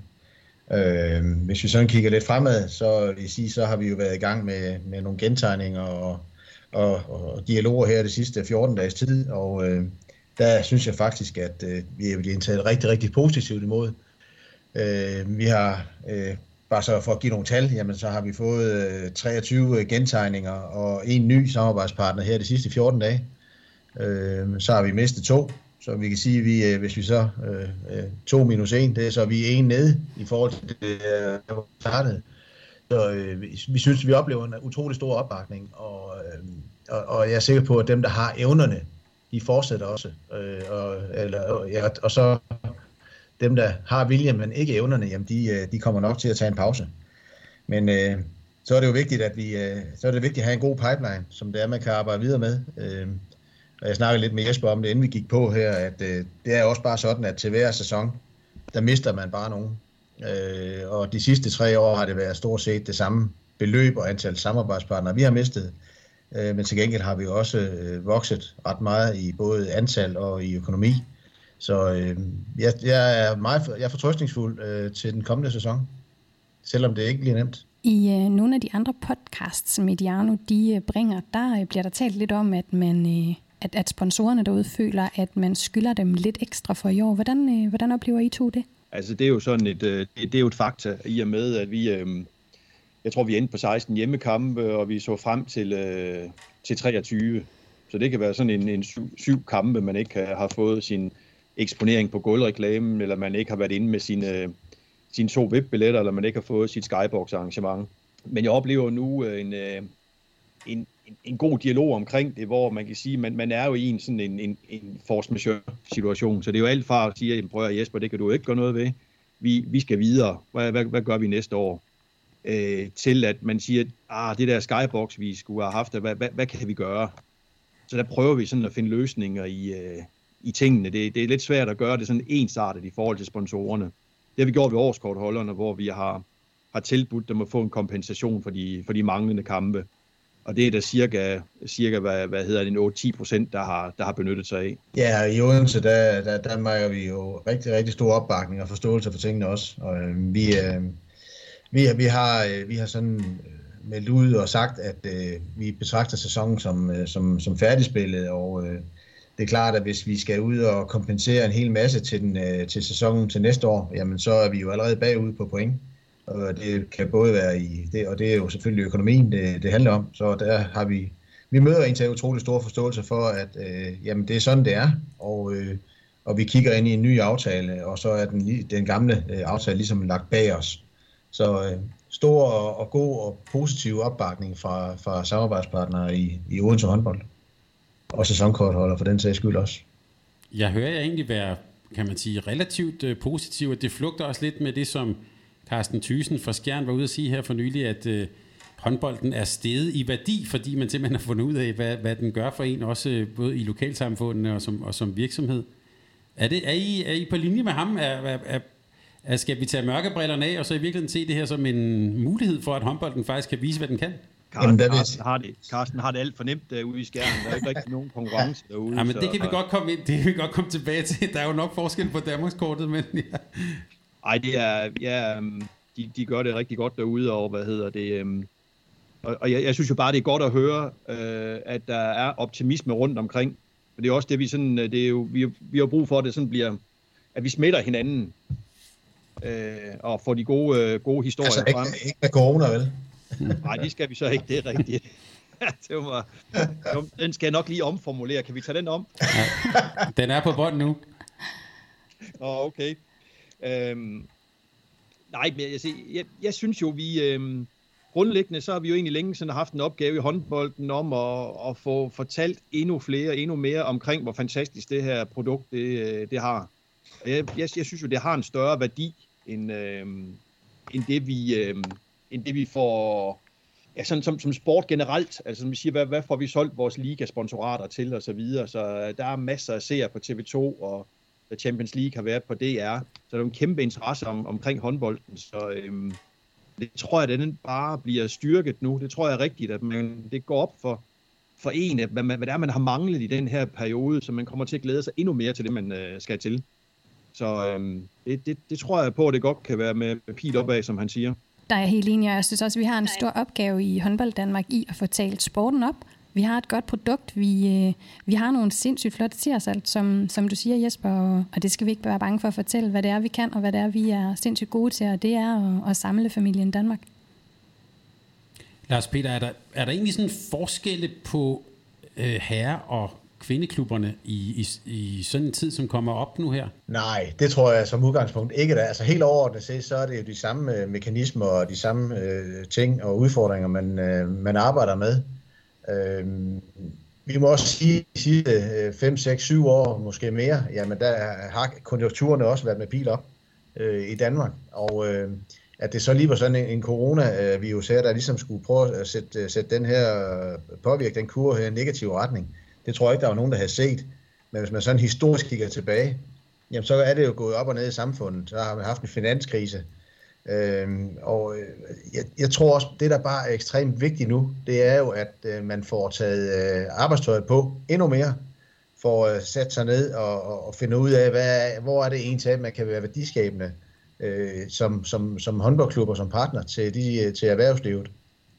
Øh, hvis vi sådan kigger lidt fremad, så vil jeg sige, så har vi jo været i gang med, med nogle gentegninger og, og, og dialoger her de sidste fjorten dages tid, og øh, der synes jeg faktisk, at øh, vi er blevet taget rigtig, rigtig positivt imod. Øh, vi har, øh, bare så for at give nogle tal, jamen så har vi fået øh, treogtyve gentegninger og en ny samarbejdspartner her de sidste fjorten dage. Øh, så har vi mistet to, så vi kan sige, at vi, øh, hvis vi så øh, to minus en, det er så vi er en nede i forhold til det, der var startet. Så øh, vi, vi synes, vi oplever en utrolig stor opbakning, og, øh, og, og jeg er sikker på, at dem, der har evnerne, de fortsætter også, øh, og, eller, ja, og så dem, der har viljen, men ikke evnerne, jamen de, de kommer nok til at tage en pause. Men øh, så er det jo vigtigt, at vi, øh, så er det vigtigt at have en god pipeline, som det er, man kan arbejde videre med. Øh, og jeg snakkede lidt med Jesper om det, inden vi gik på her, at øh, det er også bare sådan, at til hver sæson, der mister man bare nogen. Øh, og de sidste tre år har det været stort set det samme beløb og antal samarbejdspartnere, vi har mistet. Men til gengæld har vi også øh, vokset ret meget i både antal og i økonomi. Så øh, jeg, jeg er meget jeg er fortrøstningsfuld øh, til den kommende sæson, selvom det ikke bliver nemt. I øh, nogle af de andre podcasts, som Mediano de øh, bringer, der øh, bliver der talt lidt om, at, man, øh, at, at sponsorerne derude føler, at man skylder dem lidt ekstra for i år. Hvordan, øh, hvordan oplever I to det? Altså det er jo sådan et, øh, det, det er jo et fakta i og med, at vi... Øh, Jeg tror, vi endte på seksten hjemmekampe, og vi så frem til, øh, til treogtyve. Så det kan være sådan en, en syv, syv kampe, man ikke har fået sin eksponering på gulvreklamen, eller man ikke har været inde med sine, sine to webbilletter, eller man ikke har fået sit Skybox-arrangement. Men jeg oplever nu en, en, en god dialog omkring det, hvor man kan sige, at man, man er jo i en, sådan en, en, en force majeure-situation. Så det er jo alt fra at sige, prøv at Jesper, det kan du ikke gøre noget ved. Vi, vi skal videre. Hvad, hvad, hvad gør vi næste år? Øh, til at man siger, ah, det der Skybox, vi skulle have haft, hvad, hvad, hvad kan vi gøre? Så der prøver vi sådan at finde løsninger i, øh, i tingene. Det, det er lidt svært at gøre det sådan ensartet i forhold til sponsorerne. Det har vi gjort ved årskortholderne, hvor vi har, har tilbudt dem at få en kompensation for de, for de manglende kampe. Og det er der cirka, cirka hvad, hvad hedder det, en otte til ti procent, der har, der har benyttet sig af. Ja, i Odense, der, der, der mærker vi jo rigtig, rigtig stor opbakning og forståelse for tingene også. Og øh, vi, øh, vi, vi, har, øh, vi har sådan meldt ud og sagt, at øh, vi betragter sæsonen som, øh, som, som færdigspillet, og øh, det er klart, at hvis vi skal ud og kompensere en hel masse til, den, øh, til sæsonen til næste år, jamen så er vi jo allerede bagud på point. Og det kan både være i det, og det er jo selvfølgelig økonomien, det, det handler om. Så der har vi, vi møder en til utrolig stor forståelse for, at øh, jamen det er sådan, det er. Og, øh, og vi kigger ind i en ny aftale, og så er den, den gamle øh, aftale ligesom lagt bag os. Så øh, stor og, og god og positiv opbakning fra, fra samarbejdspartnere i, i Odense håndbold. Og sæsonkortholder for den sags skyld også. Jeg hører jer egentlig være, kan man sige, relativt øh, positiv, og det flugter også lidt med det, som Carsten Thyssen fra Skjern var ude at sige her for nylig, at øh, håndbolden er steget i værdi, fordi man simpelthen har fundet ud af, hvad, hvad den gør for en, også øh, både i lokalsamfundene og som, og som virksomhed. Er, det, er, I, er I på linje med ham? Er, er, er, er, skal vi tage mørkebrillerne af, og så i virkeligheden se det her som en mulighed for, at håndbolden faktisk kan vise, hvad den kan? Carsten, Carsten, har, det, Carsten har det alt for nemt derude i Skjern. Der er ikke rigtig nogen konkurrence derude. Ja, men det kan vi godt komme ind, det kan vi godt komme tilbage til. Der er jo nok forskel på Danmarkskortet, men ja. Ej, det er, ja, de, de gør det rigtig godt derude, og hvad hedder det, um, og, og jeg, jeg synes jo bare, det er godt at høre, uh, at der er optimisme rundt omkring, for det er også det, vi sådan, det er jo, vi, vi har brug for, at det sådan bliver, at vi smitter hinanden, uh, og får de gode, uh, gode historier altså, frem. Ikke, ikke med corona, vel? Nej, det skal vi så ikke, det er rigtigt. Det var, den skal jeg nok lige omformulere, kan vi tage den om? Ja, den er på bånd nu. Åh, okay. Øhm, nej, men jeg, jeg, jeg synes jo, vi øhm, grundlæggende, så har vi jo egentlig længe sådan haft en opgave i håndbolden om at, at få fortalt endnu flere, endnu mere omkring, hvor fantastisk det her produkt, det, det har. Jeg, jeg, jeg synes jo, det har en større værdi, end, øhm, end, det, vi, øhm, end det vi får, ja, sådan som, som sport generelt. Altså som vi siger, hvad, hvad får vi solgt vores liga-sponsorater til, og så videre. Så der er masser af seere på T V to, og Champions League har været på D R, så der er en kæmpe interesse om, omkring håndbolden, så øhm, det tror jeg, at den bare bliver styrket nu. Det tror jeg er rigtigt, at man, det går op for, for en, hvad, hvad det er, man har manglet i den her periode, så man kommer til at glæde sig endnu mere til det, man øh, skal til. Så øhm, det, det, det tror jeg på, at det godt kan være med, med pil opad, som han siger. Der er jeg helt enig, og jeg synes også, at vi har en stor opgave i håndbold Danmark i at få talt sporten op. Vi har et godt produkt, vi, øh, vi har nogle sindssygt flotte seersalt, som, som du siger, Jesper, og, og det skal vi ikke være bange for at fortælle, hvad det er, vi kan, og hvad det er, vi er sindssygt gode til, og det er at, at samle familien Danmark. Lars Peter, er der, er der egentlig sådan forskelle på øh, herre- og kvindeklubberne i, i, i sådan en tid, som kommer op nu her? Nej, det tror jeg som udgangspunkt ikke. Der. Altså helt overordnet set, så er det jo de samme mekanismer og de samme øh, ting og udfordringer, man, øh, man arbejder med. Øh, vi må også sige, at de sidste fem, seks, syv år, måske mere, jamen der har konjunkturerne også været med pil op øh, i Danmark. Og øh, at det så lige var sådan en, en corona-virus her, der ligesom skulle prøve at sætte, sætte den her, påvirke den kurve her i en negativ retning. Det tror jeg ikke, der var nogen, der havde set. Men hvis man sådan historisk kigger tilbage, jamen så er det jo gået op og ned i samfundet. Så har man haft en finanskrise. Øhm, og jeg, jeg tror også, det der bare er ekstremt vigtigt nu, det er jo, at øh, man får taget øh, arbejdstøjet på endnu mere, for at øh, sætte sig ned og, og, og finde ud af, hvad, hvor er det egentlig, at man kan være værdiskabende øh, som, som, som håndboldklubber, som partner til, de, til erhvervslivet.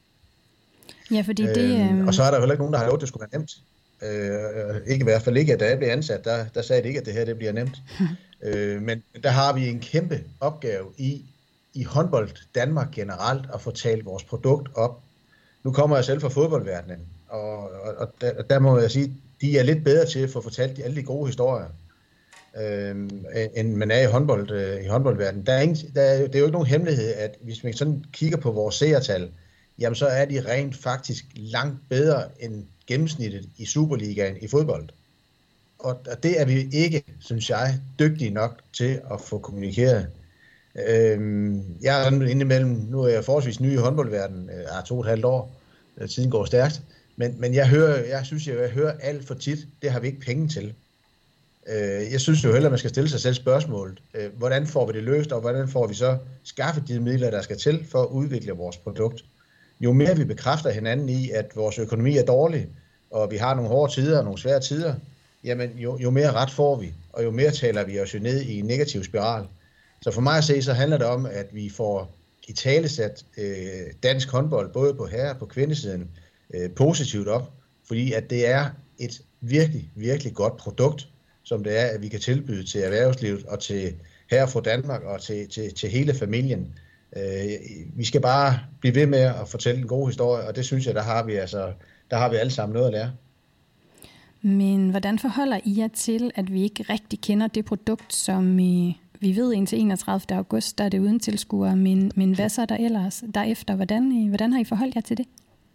Ja, fordi det... Øh... Og så er der heller ikke nogen, der har lovet, at det skulle være nemt. Øh, ikke i hvert fald ikke, at da jeg blev ansat, der, der sagde det ikke, at det her det bliver nemt. øh, men der har vi en kæmpe opgave i, i håndbold Danmark generelt, at få talt vores produkt op. Nu kommer jeg selv fra fodboldverdenen, og, og, og der, der må jeg sige, de er lidt bedre til at få fortalt de, alle de gode historier, øh, end man er i, håndbold, øh, i håndboldverdenen. Der er ingen, der er, det er jo ikke nogen hemmelighed, at hvis man sådan kigger på vores seertal, jamen så er de rent faktisk langt bedre end gennemsnittet i Superligaen i fodbold. Og det er vi ikke, synes jeg, dygtige nok til at få kommunikeret. Øhm, jeg er sådan indimellem, nu er jeg forholdsvis ny i håndboldverdenen, jeg er to og et halvt år, tiden går stærkt, men, men jeg, hører, jeg synes, jeg, jeg hører alt for tit, det har vi ikke penge til. Øh, jeg synes jo heller, man skal stille sig selv spørgsmålet, øh, hvordan får vi det løst, og hvordan får vi så skaffet de midler, der skal til for at udvikle vores produkt. jo mere vi bekræfter hinanden i, at vores økonomi er dårlig, og vi har nogle hårde tider og nogle svære tider, jamen jo, jo mere ret får vi, og jo mere taler vi os jo ned i en negativ spiral. Så for mig at se, så handler det om, at vi får i talesat øh, dansk håndbold, både på herre- og på kvindesiden, øh, positivt op, fordi at det er et virkelig, virkelig godt produkt, som det er, at vi kan tilbyde til erhvervslivet og til herre fra Danmark og til, til, til hele familien. Øh, vi skal bare blive ved med at fortælle en god historie, og det synes jeg, der har vi altså, der har vi alle sammen noget at lære. Men hvordan forholder I jer til, at vi ikke rigtig kender det produkt, som vi, vi ved indtil enogtredivte august, der er det uden tilskuere, men, men hvad så der ellers derefter? Hvordan, hvordan har I forholdt jer til det?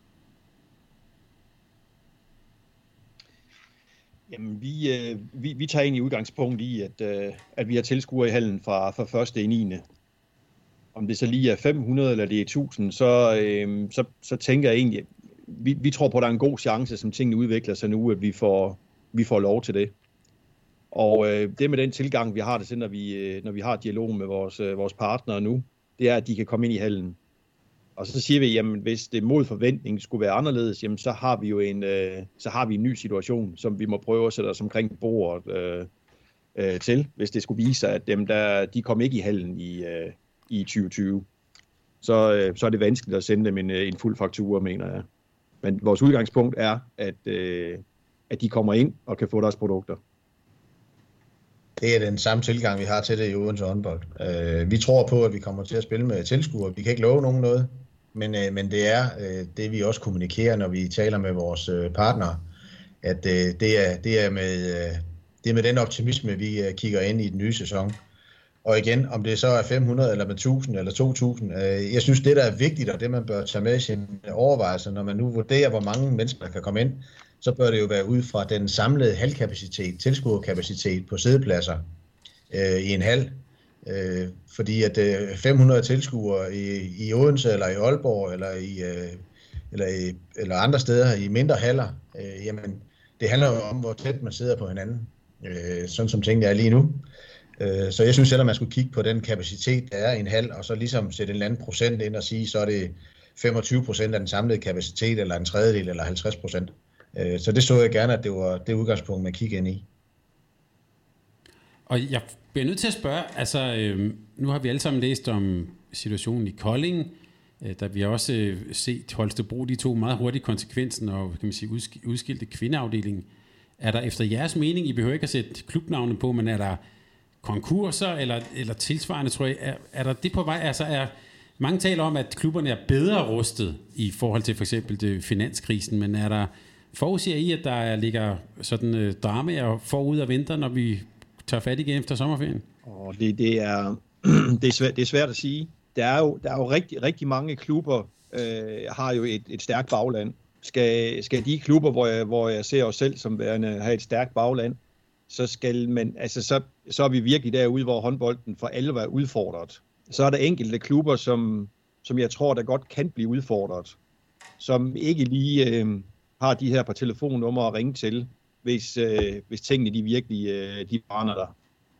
Jamen, vi, øh, vi, vi tager egentlig udgangspunkt i, at, øh, at vi har tilskuere i hallen fra, fra første til niende Om det så lige er fem hundrede eller det er tusind, så, øh, så, så tænker jeg egentlig, vi, vi tror på, at der er en god chance, som tingene udvikler sig nu, at vi får, vi får lov til det. Og øh, det med den tilgang, vi har det til, når vi, øh, når vi har dialog med vores, øh, vores partnere nu, det er, at de kan komme ind i hallen. Og så siger vi, jamen hvis det mod forventning skulle være anderledes, jamen så har vi jo en, øh, så har vi en ny situation, som vi må prøve at sætte os omkring bordet øh, øh, til, hvis det skulle vise sig, at dem der, de kom ikke i hallen i, øh, i tyve tyve. Så, øh, så er det vanskeligt at sende dem en, en fuld faktura, mener jeg. Men vores udgangspunkt er, at, øh, at de kommer ind og kan få deres produkter. Det er den samme tilgang, vi har til det i Odense håndbold. Øh, vi tror på, at vi kommer til at spille med tilskuere. Vi kan ikke love nogen noget, men, øh, men det er øh, det, vi også kommunikerer, når vi taler med vores øh, partnere, at øh, det, er, det, er med, øh, det er med den optimisme, vi øh, kigger ind i den nye sæson. Og igen, om det så er fem hundrede eller med tusind eller to tusind, øh, jeg synes, det der er vigtigt, og det man bør tage med i sine overvejelser, når man nu vurderer, hvor mange mennesker der kan komme ind, så bør det jo være ud fra den samlede halkapacitet, tilskuerkapacitet på siddepladser øh, i en hal. Øh, fordi at øh, fem hundrede tilskuere i, i Odense eller i Aalborg eller i, øh, eller, i, eller andre steder i mindre haller, øh, jamen det handler jo om, hvor tæt man sidder på hinanden, øh, sådan som tingene er lige nu. Øh, så jeg synes selv, at man skulle kigge på den kapacitet, der er i en hal, og så ligesom sætte en eller anden procent ind og sige, så er det femogtyve procent af den samlede kapacitet, eller en tredjedel, eller halvtreds procent. Så det så jeg gerne, at det var det udgangspunkt, man kigger ind i. Og jeg bliver nødt til at spørge, altså øh, nu har vi alle sammen læst om situationen i Kolding, øh, der vi har også øh, set Holstebro, de to meget hurtige konsekvenser, og kan man sige, udskilte kvindeafdelingen. Er der efter jeres mening, I behøver ikke at sætte klubnavne på, men er der konkurser eller, eller tilsvarende, tror jeg, er, er der det på vej? Altså er, mange taler om, at klubberne er bedre rustet i forhold til for eksempel det finanskrisen, men er der forudsiger I, at der ligger sådan øh, dramaer forud af vinteren, når vi tager fat igen efter sommerferien? Og det, det, er, det, er svært, det er svært at sige. Der er jo, der er jo rigtig, rigtig mange klubber, øh, har jo et, et stærkt bagland. Skal, skal de klubber, hvor jeg, hvor jeg ser os selv som værende, have et stærkt bagland, så, skal man, altså, så, så er vi virkelig derude, hvor håndbolden for alle er udfordret. Så er der enkelte klubber, som, som jeg tror, der godt kan blive udfordret, som ikke lige øh, har de her par telefonnumre at ringe til, hvis, øh, hvis tingene de virkelig øh, de brænder der.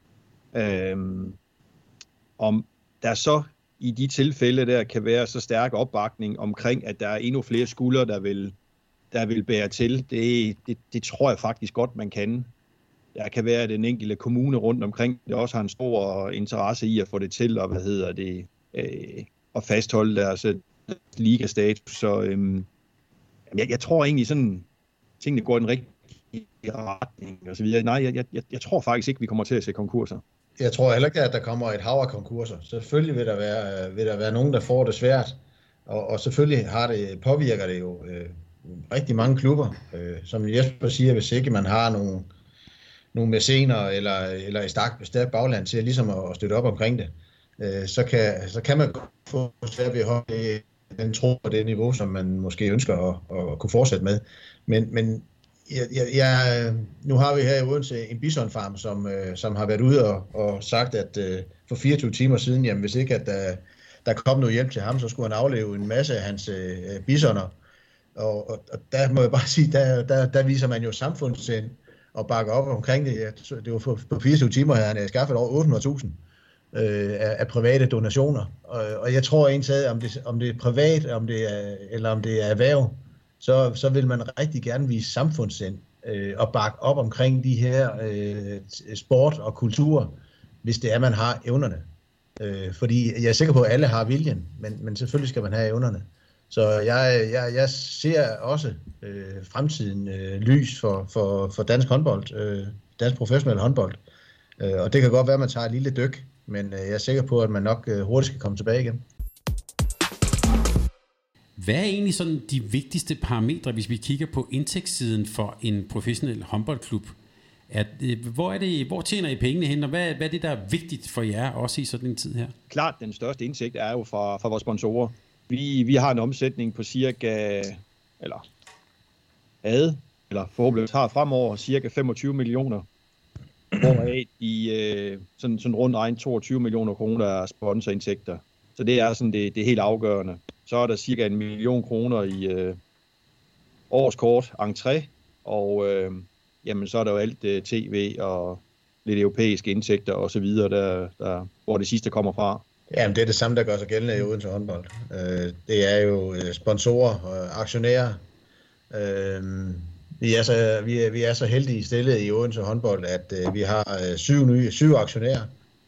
Øhm, om der så i de tilfælde der kan være så stærk opbakning omkring, at der er endnu flere skuldre, der vil, der vil bære til, det, det, det tror jeg faktisk godt, man kan. Der kan være, at den enkelte kommune rundt omkring, der også har en stor interesse i at få det til, og hvad hedder det, øh, at fastholde deres ligastatus. Så øh, jeg, jeg tror egentlig sådan, tingene går i den rigtige retning og så videre. Nej, jeg, jeg, jeg tror faktisk ikke, vi kommer til at se konkurser. Jeg tror heller ikke, at der kommer et hav af konkurser. Selvfølgelig vil der være, vil der være nogen, der får det svært, og, og selvfølgelig har det, påvirker det jo øh, rigtig mange klubber. Øh, som Jesper siger, hvis ikke man har nogle, nogle mæscener eller, eller et stærkt, stærkt bagland til ligesom at, at støtte op omkring det, øh, så, kan, så kan man få svært ved at holde den tro på det niveau, som man måske ønsker at, at kunne fortsætte med. Men, men jeg, jeg, jeg, nu har vi her i Odense en bisonfarm, som, øh, som har været ude og, og sagt, at øh, for fireogtyve timer siden, jamen hvis ikke at der, der kom noget hjælp til ham, så skulle han afleve en masse af hans øh, bisoner. Og, og, og der må jeg bare sige, der, der, der viser man jo samfundssind og bakker op omkring det. Det var for, for fireogtyve timer, havde han skaffet over otte hundrede tusind. øh, af, af private donationer. Og, og jeg tror egentlig, om det, om det er privat, om det er, eller om det er erhverv, så, så vil man rigtig gerne vise samfundssind øh, og bakke op omkring de her øh, sport og kultur, hvis det er, man har evnerne. Øh, fordi jeg er sikker på, at alle har viljen, men, men selvfølgelig skal man have evnerne. Så jeg, jeg, jeg ser også øh, fremtiden øh, lys for, for, for dansk håndbold, øh, dansk professionel håndbold. Øh, og det kan godt være, at man tager et lille dyk, men øh, jeg er sikker på, at man nok øh, hurtigt skal komme tilbage igen. Hvad er egentlig sådan de vigtigste parametre, hvis vi kigger på indtægtssiden for en professionel håndboldklub? At, øh, hvor, er det, hvor tjener I pengene hen, og hvad, hvad er det, der er vigtigt for jer, også i sådan en tid her? Klart, den største indtægt er jo fra, fra vores sponsorer. Vi, vi har en omsætning på cirka, eller havde, eller forhåbentlig har fremover, cirka femogtyve millioner, hvoraf de øh, sådan, sådan rundt regnet toogtyve millioner kroner er sponsorindtægter. Så det er sådan det, det helt afgørende. Så er der cirka en million kroner i øh, årskort, entré, og øh, jamen, så er der jo alt øh, tv og lidt europæiske indtægter og så videre, der, der, hvor det sidste kommer fra. Jamen, det er det samme, der gør sig gældende i Odense håndbold. Øh, det er jo sponsorer og aktionærer. Øh, vi, er så, vi, er, vi er så heldige stillet i Odense håndbold, at øh, vi har øh, syv, nye, syv aktionærer,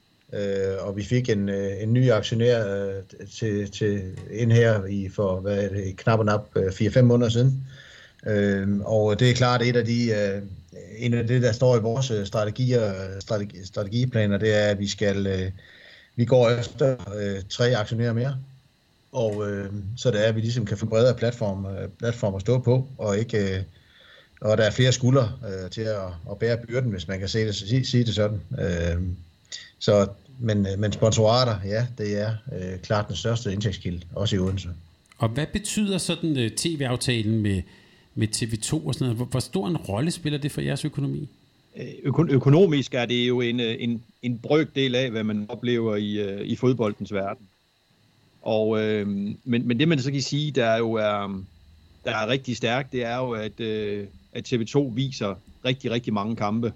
øh, og vi fik en, øh, en ny aktionær øh, til, til ind her i for hvad er det, knap og nap øh, fire fem måneder siden. Øh, og det er klart, et af de øh, en af det, der står i vores strategier, strategi, strategiplaner, det er, at vi skal øh, vi går efter øh, tre aktionærer mere, og øh, så det er, at vi ligesom kan få bredere platform, øh, platform at stå på, og ikke øh, og der er flere skuldre øh, til at, at bære byrden, hvis man kan se det, sige, sige det sådan. Øh, så, men, men sponsorater, ja, det er øh, klart den største indtægtskilde, også i Odense. Og hvad betyder sådan uh, tv-aftalen med, med T V to og sådan noget? Hvor, hvor stor en rolle spiller det for jeres økonomi? Øko- økonomisk er det jo en, en, en brøkdel af, hvad man oplever i, i fodboldens verden. Og, øh, men, men det man så kan sige, der er jo er, der er rigtig stærkt, det er jo, at, øh, at T V to viser rigtig, rigtig mange kampe.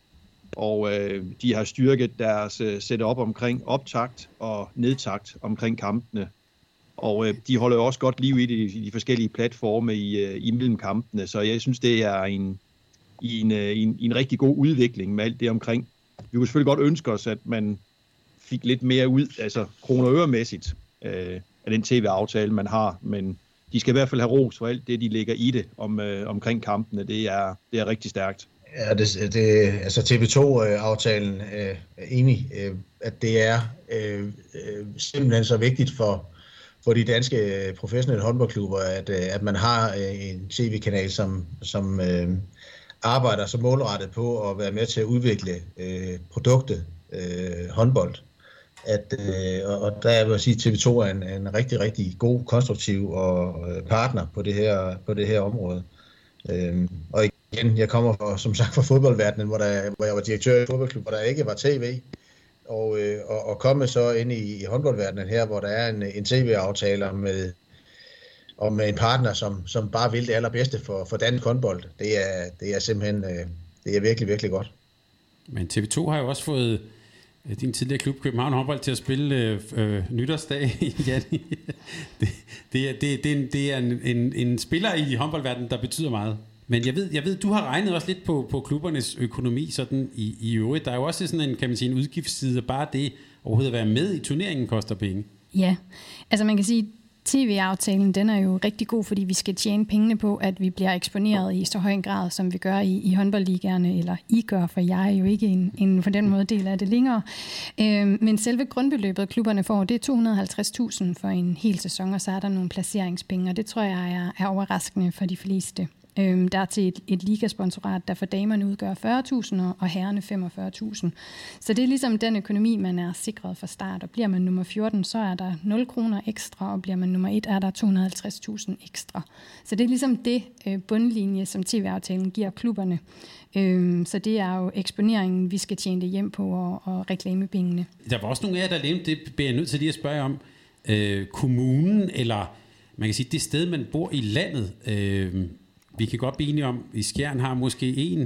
Og øh, de har styrket deres uh, setup omkring optakt og nedtakt omkring kampene. Og øh, de holder jo også godt liv i de, i de forskellige platforme i, uh, imellem kampene, så jeg synes, det er en I en, i, en, i en rigtig god udvikling med alt det omkring. Vi kunne selvfølgelig godt ønske os, at man fik lidt mere ud, altså kroner og øremæssigt, øh, af den tv-aftale, man har, men de skal i hvert fald have ros for alt det, de lægger i det om, øh, omkring kampene. Det er, det er rigtig stærkt. Ja, det, det, altså T V to-aftalen øh, er enig, øh, at det er øh, simpelthen så vigtigt for, for de danske professionelle håndboldklubber, at, at man har en tv-kanal, som, som øh, arbejder så målrettet på at være med til at udvikle øh, produktet øh, håndbold. At, øh, og der vil jeg sige, at T V to er en, en rigtig, rigtig god, konstruktiv og øh, partner på det her, på det her område. Øh, og igen, jeg kommer fra, som sagt fra fodboldverdenen, hvor, der, hvor jeg var direktør i fodboldklub, hvor der ikke var tv. Og, øh, og, og komme så ind i, i håndboldverdenen her, hvor der er en, en tv-aftale med og med en partner, som, som bare vil det allerbedste for, for dansk håndbold. Det er, det er simpelthen øh, det er virkelig, virkelig godt. Men T V to har jo også fået øh, din tidligere klub København Håndbold til at spille øh, nytårsdag. Ja, det, det, det, er, det, er en, det er en, en, en spiller i håndboldverdenen, der betyder meget. Men jeg ved, jeg ved, du har regnet også lidt på, på klubbernes økonomi sådan i, i øvrigt. Der er jo også sådan en, kan man sige, en udgiftsside, og bare det overhovedet at være med i turneringen koster penge. Ja, altså man kan sige, tv-aftalen, den er jo rigtig god, fordi vi skal tjene pengene på, at vi bliver eksponeret i så høj en grad, som vi gør i, i håndboldligaerne, eller I gør, for jeg er jo ikke en, en på den måde del af det længere. Øhm, men selve grundbeløbet, klubberne får, det er to hundrede og halvtreds tusind for en hel sæson, og så er der nogle placeringspenge, og det tror jeg er, er overraskende for de fleste. Øhm, der er til et, et ligasponsorat, der for damerne udgør fyrre tusind og herrerne femogfyrre tusind. Så det er ligesom den økonomi, man er sikret fra start. Og bliver man nummer fjorten, så er der nul kroner ekstra, og bliver man nummer et, er der to hundrede og halvtreds tusind ekstra. Så det er ligesom det øh, bundlinje, som tv-aftalen giver klubberne. Øhm, så det er jo eksponeringen, vi skal tjene det hjem på, og, og reklamepengene. Der var også nogle af jer, der lavede det, bliver jeg nødt til lige at spørge om. Øh, kommunen, eller man kan sige, det sted, man bor i landet, øh, vi kan godt blive enige om, at Skjern har måske en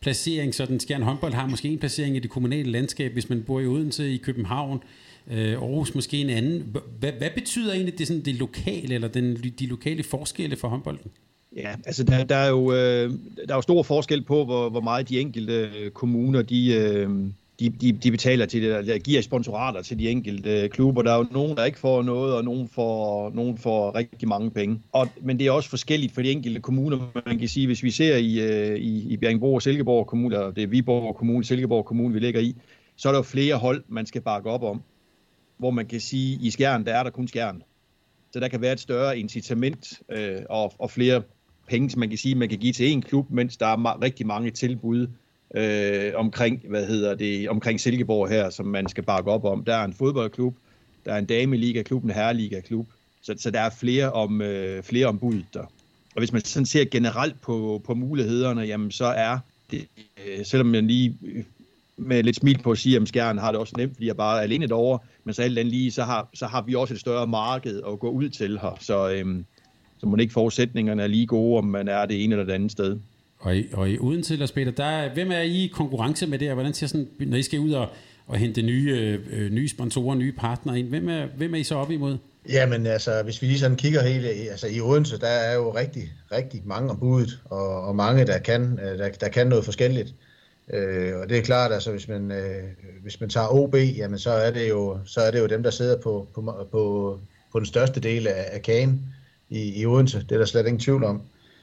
placering, så den Skjern håndbold har måske en placering i det kommunale landskab, hvis man bor i Odense, i København, øh, Aarhus måske en anden. Hvad, hvad betyder egentlig det, sådan, det lokale, eller den, de lokale forskelle for håndbolden? Ja, altså der, der, er jo, øh, der er jo stor forskel på, hvor, hvor meget de enkelte kommuner, de, øh, de, de, de betaler til det, der giver sponsorater til de enkelte klubber. Der er jo nogen, der ikke får noget, og nogen får, nogen får rigtig mange penge. Og, men det er også forskelligt for de enkelte kommuner. Man kan sige, hvis vi ser i, i, i Bjerringbro og Silkeborg Kommune, eller det er Viborg Kommune, Silkeborg Kommune, vi ligger i, så er der jo flere hold, man skal bakke op om. Hvor man kan sige, i Skjern, der er der kun Skjern. Så der kan være et større incitament øh, og, og flere penge, som man kan sige, man kan give til en klub, mens der er ma- rigtig mange tilbud øh, omkring, hvad hedder det, omkring Silkeborg her, som man skal bakke op om. Der er en fodboldklub, der er en dameliga-klub, en herreliga-klub, så, så der er flere om øh, flere om budet der. Og hvis man sådan ser generelt på, på mulighederne, jamen så er det, øh, selvom man lige med lidt smil på at sige, at Skjern har det også nemt, fordi jeg bare er alene derovre, men så alt andet lige, så har, så har vi også et større marked at gå ud til her, så øh, så må ikke forudsætningerne er lige gode, om man er det ene eller det andet sted. Og i, og i Odense, Lars Peter, der, hvem er I i konkurrence med det, og hvordan ser sådan, når I skal ud og, og hente nye, øh, nye sponsorer, nye partnere ind, hvem er, hvem er I så op imod? Jamen altså, hvis vi lige sådan kigger helt, altså i Odense, der er jo rigtig, rigtig mange om budet, og, og mange, der kan, der, der kan noget forskelligt. Øh, og det er klart, altså hvis man, øh, hvis man tager O B, jamen så er det jo, så er det jo dem, der sidder på, på, på, på den største del af, af kagen i, i Odense. Det er der slet ingen tvivl om.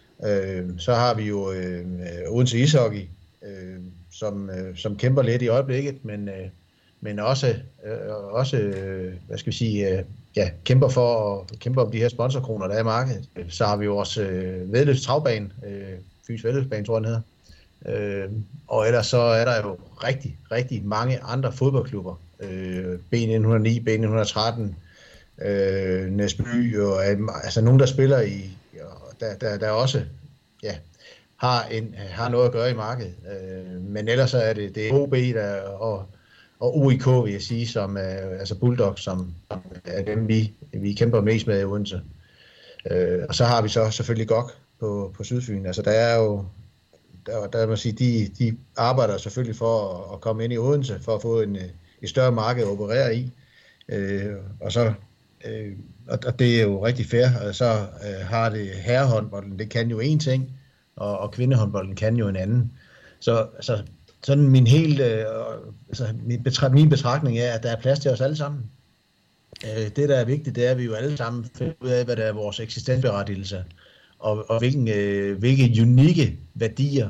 Øh, så har vi jo øh, Odense Ishockey, øh, som, øh, som kæmper lidt i øjeblikket, men, øh, men også, øh, også øh, hvad skal vi sige, øh, ja, kæmper for at kæmpe om de her sponsorkroner, der er i markedet. Så har vi jo også øh, Væddeløbs Travbane, øh, Fyns Væddeløbsbane, tror jeg den hedder. Øh, og ellers så er der jo rigtig, rigtig mange andre fodboldklubber. Øh, B nitten hundrede og ni, B nitten tretten, øh, Næsby, og altså nogen, der spiller i, der, der, der også ja, har, en, har noget at gøre i markedet. Øh, men ellers så er det, det er O B der, og, og O I K, vil jeg sige, som er, altså Bulldogs, som er dem, vi, vi kæmper mest med i Odense. Øh, og så har vi så selvfølgelig G O K på, på Sydfyn. Altså der er jo, der, der må sige, de, de arbejder selvfølgelig for at, at komme ind i Odense, for at få en, et større marked at operere i. Øh, og så øh, og det er jo rigtig fair, og så øh, har det herrehåndbolden, det kan jo en ting, og, og kvindehåndbolden kan jo en anden. Så altså, sådan min helt, øh, altså, min, betra- min betragtning er, at der er plads til os alle sammen. Øh, det, der er vigtigt, det er, at vi jo alle sammen finder ud af, hvad der er vores eksistensberettigelse, og, og hvilken, øh, hvilke unikke værdier,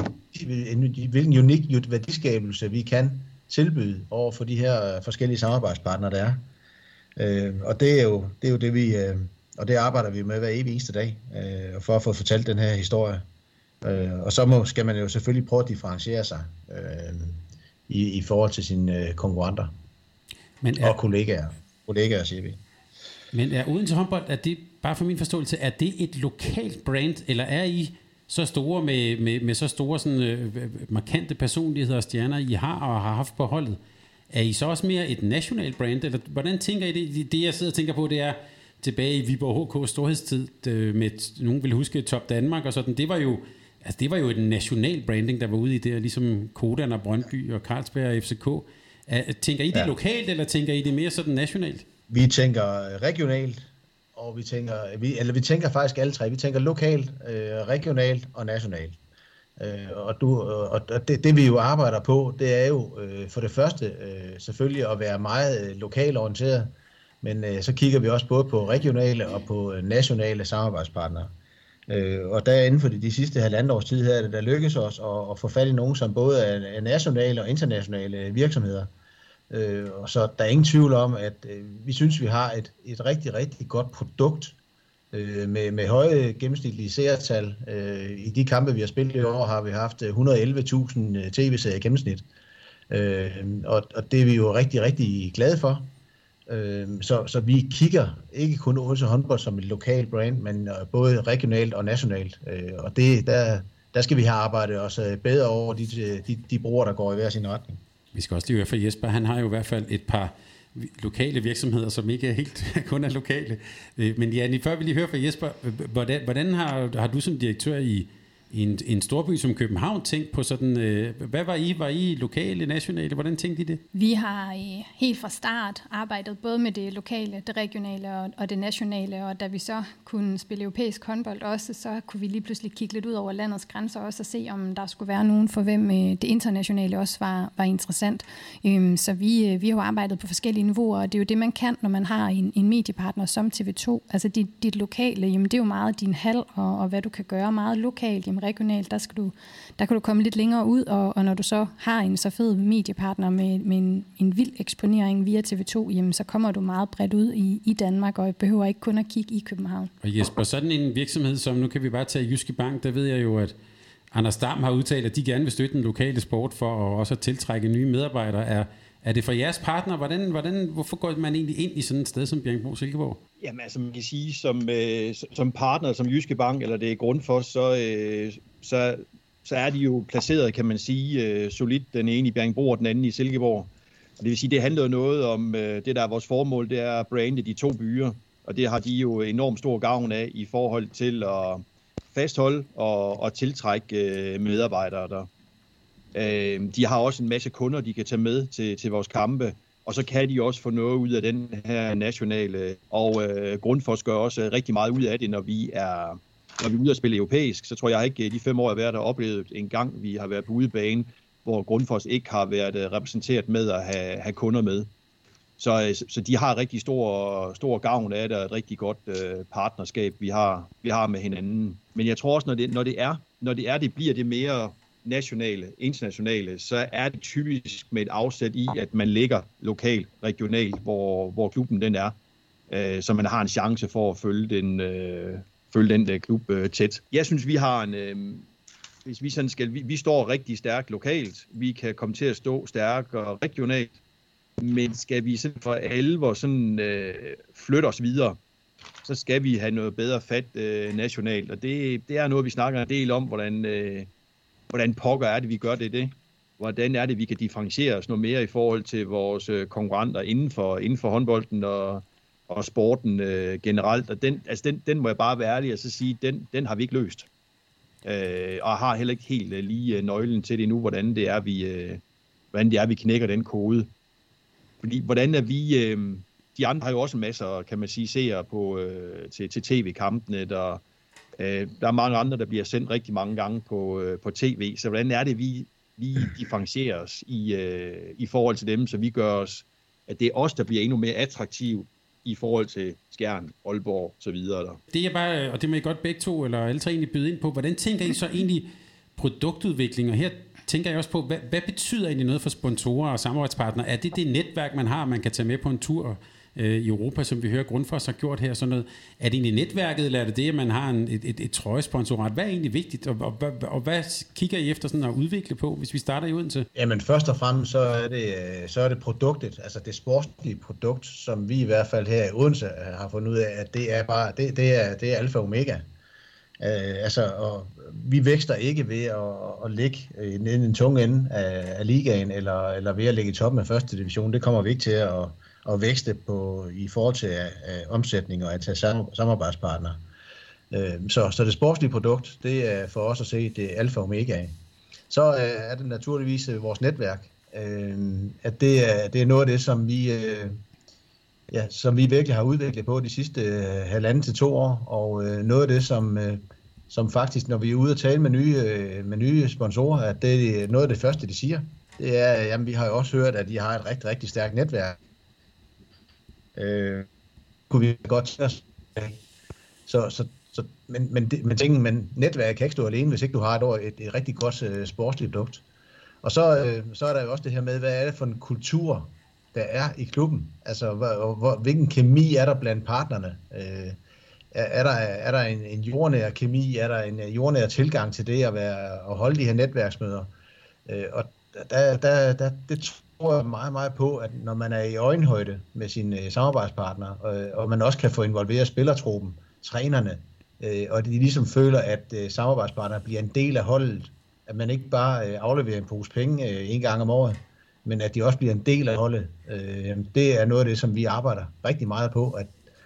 hvilken unik værdiskabelse vi kan tilbyde over for de her forskellige samarbejdspartnere, der er. Øh, og det er jo det, er jo det vi, øh, og det arbejder vi med hver evig eneste dag, øh, for at få fortalt den her historie. Øh, og så må, skal man jo selvfølgelig prøve at differentiere sig øh, i, i forhold til sine øh, konkurrenter men er, og kollegaer, kollegaer, siger vi. Men er Odense håndbold, er det, bare for min forståelse, er det et lokalt brand, eller er I så store med, med, med så store sådan, øh, markante personligheder og stjerner, I har og har haft på holdet? Er I så også mere et nationalt brand, eller hvordan tænker I det? Det jeg sidder og tænker på, det er tilbage i Viborg H K's storhedstid, med nogen vil huske Top Danmark og sådan. Det var jo, altså det var jo et national branding, der var ude i det, ligesom Kodan og Brøndby og Carlsberg og F C K. Tænker I det ja. lokalt, eller tænker I det mere sådan nationalt? Vi tænker regionalt, og vi tænker, vi, eller vi tænker faktisk alle tre. Vi tænker lokalt, øh, regionalt og nationalt. Øh, og du, og det, det vi jo arbejder på, det er jo øh, for det første øh, selvfølgelig at være meget øh, lokalorienteret, men øh, så kigger vi også både på regionale og på øh, nationale samarbejdspartnere. Øh, og der inden for de, de sidste halvandet års tid her, er det der lykkes os at, at få fat i nogen, som både er, er nationale og internationale virksomheder. Øh, og så der er ingen tvivl om, at øh, vi synes, vi har et, et rigtig, rigtig godt produkt, Med, med høje gennemsnitlige seertal. Øh, I de kampe, vi har spillet i år, har vi haft et hundrede og elleve tusind tv-serier i gennemsnit. Øh, og, og det er vi jo rigtig, rigtig glade for. Øh, så, så vi kigger ikke kun Odense håndbold som et lokalt brand, men både regionalt og nationalt. Øh, og det, der, der skal vi have arbejdet os bedre over de, de, de brugere, der går i hver sin retning. Vi skal også lige høre fra Jesper. Han har jo i hvert fald et par lokale virksomheder, som ikke er helt kun er lokale. Men Janni, før vi lige hører fra Jesper, hvordan, hvordan har, har du som direktør i i en, en storby som København tænkt på sådan, øh, hvad var I? Var I lokale, nationale? Hvordan tænkte I det? Vi har øh, helt fra start arbejdet både med det lokale, det regionale og, og det nationale, og da vi så kunne spille europæisk håndbold også, så kunne vi lige pludselig kigge lidt ud over landets grænser også og se, om der skulle være nogen for hvem øh, det internationale også var, var interessant. Øhm, så vi, øh, vi har jo arbejdet på forskellige niveauer, og det er jo det, man kan, når man har en, en mediepartner som T V to. Altså dit, dit lokale, jamen det er jo meget din hal, og, og hvad du kan gøre meget lokalt, jamen regionalt, der, skal du, der kan du komme lidt længere ud, og, og når du så har en så fed mediepartner med, med en, en vild eksponering via T V to, jamen så kommer du meget bredt ud i, i Danmark, og behøver ikke kun at kigge i København. Og Jesper, sådan en virksomhed som, nu kan vi bare tage Jyske Bank, der ved jeg jo, at Anders Dam har udtalt, at de gerne vil støtte den lokale sport for at også at tiltrække nye medarbejdere. Er, er det for jeres partner? Hvordan, hvordan, hvorfor går man egentlig ind i sådan et sted som Bjerringbro-Silkeborg? Jamen altså, man kan sige, som, øh, som partner, som Jyske Bank, eller det er Grundfos, så, øh, så, så er de jo placeret, kan man sige, øh, solidt, den ene i Bjerringbro og den anden i Silkeborg. Og det vil sige, det handler jo noget om, øh, det der er vores formål, det er at brande de to byer, og det har de jo enormt stor gavn af i forhold til at fastholde og, og tiltrække øh, medarbejdere der. Øh, de har også en masse kunder, de kan tage med til, til vores kampe, og så kan de også få noget ud af den her nationale, og øh, Grundfos gør også rigtig meget ud af det, når vi er, når vi er ude at spille europæisk. Så tror jeg ikke, de fem år jeg har været der oplevet en gang, vi har været på udebane, hvor Grundfos ikke har været repræsenteret med at have, have kunder med. Så, så de har rigtig stor, stor gavn af det, og et rigtig godt øh, partnerskab, vi har, vi har med hinanden. Men jeg tror også, når det, når det er, når det er, det bliver det mere nationale, internationale, så er det typisk med et afsæt i, at man ligger lokalt, regionalt, hvor, hvor klubben den er, øh, så man har en chance for at følge den, øh, følge den der klub øh, tæt. Jeg synes, vi har en, øh, hvis vi sådan skal, vi, vi står rigtig stærkt lokalt, vi kan komme til at stå stærkere regionalt, men skal vi sådan for alvor sådan øh, flytte os videre, så skal vi have noget bedre fat øh, nationalt, og det, det er noget, vi snakker en del om, hvordan øh, Hvordan pokker er det, vi gør det det? Hvordan er det, vi kan differentiere os noget mere i forhold til vores øh, konkurrenter inden for, inden for håndbolden og, og sporten øh, generelt? Og den, altså den, den må jeg bare være ærlig og så sige, den, den har vi ikke løst. Øh, og har heller ikke helt øh, lige øh, nøglen til det nu, hvordan det er, vi, øh, hvordan det er, vi knækker den kode. Fordi hvordan er vi... Øh, de andre har jo også en masse, kan man sige, seere på, øh, til, til tv-kampene, der... Øh, der er mange andre, der bliver sendt rigtig mange gange på, øh, på tv, så hvordan er det, vi, vi differentierer os i, øh, i forhold til dem, så vi gør os, at det er os, der bliver endnu mere attraktiv i forhold til Skjern, Aalborg og så videre. Der. Det er bare, og det må I godt begge to, eller alle tre egentlig byde ind på, hvordan tænker I så egentlig produktudvikling, og her tænker jeg også på, hvad, hvad betyder egentlig noget for sponsorer og samarbejdspartnere? Er det det netværk, man har, man kan tage med på en tur i Europa, som vi hører Grundfos har gjort her, sådan noget. Er det egentlig netværket, eller er det det, at man har en, et, et, et trøjesponsorat? Hvad er egentlig vigtigt, og, og, og, og hvad kigger I efter sådan at udvikle på, hvis vi starter i Odense? Jamen først og fremmest, så er det, så er det produktet, altså det sportslige produkt, som vi i hvert fald her i Odense har fundet ud af, at det er bare, det, det er, det er alfa og omega. Uh, altså, og vi vækster ikke ved at, at ligge i den tunge ende af, af ligaen, eller, eller ved at ligge i toppen af første division. Det kommer vi ikke til at og vækste på i forhold til uh, omsætning og at tage samarbejdspartnere. Uh, så, så det sportslige produkt, det er for os at se, det er alfa og omega. Så uh, er det naturligvis uh, vores netværk. Uh, at det er, det er noget af det, som vi, uh, ja, som vi virkelig har udviklet på de sidste uh, halvanden til to år. Og uh, noget af det, som, uh, som faktisk, når vi er ude og tale med nye, uh, med nye sponsorer, at det er noget af det første, de siger. Det er, jamen vi har jo også hørt, at de har et rigtig, rigtig stærkt netværk. Øh, kunne vi godt tage os. Så, så, så, men, men, det, men, tænker, men netværket kan ikke stå alene, hvis ikke du har et, et, et rigtig godt uh, sportsligt produkt. Og så, uh, så er der jo også det her med, hvad er det for en kultur, der er i klubben? Altså, hvor, hvor, hvilken kemi er der blandt partnerne? Uh, er, er der, er der en, en jordnær kemi? Er der en jordnær tilgang til det at, være, at holde de her netværksmøder? Uh, og der, der, der, det tror jeg meget, meget på, at når man er i øjenhøjde med sine samarbejdspartnere, og, og man også kan få involveret spillertruppen, trænerne, øh, og de ligesom føler, at øh, samarbejdspartnere bliver en del af holdet, at man ikke bare øh, afleverer en pose penge øh, en gang om året, men at de også bliver en del af holdet. Øh, det er noget af det, som vi arbejder rigtig meget på, at,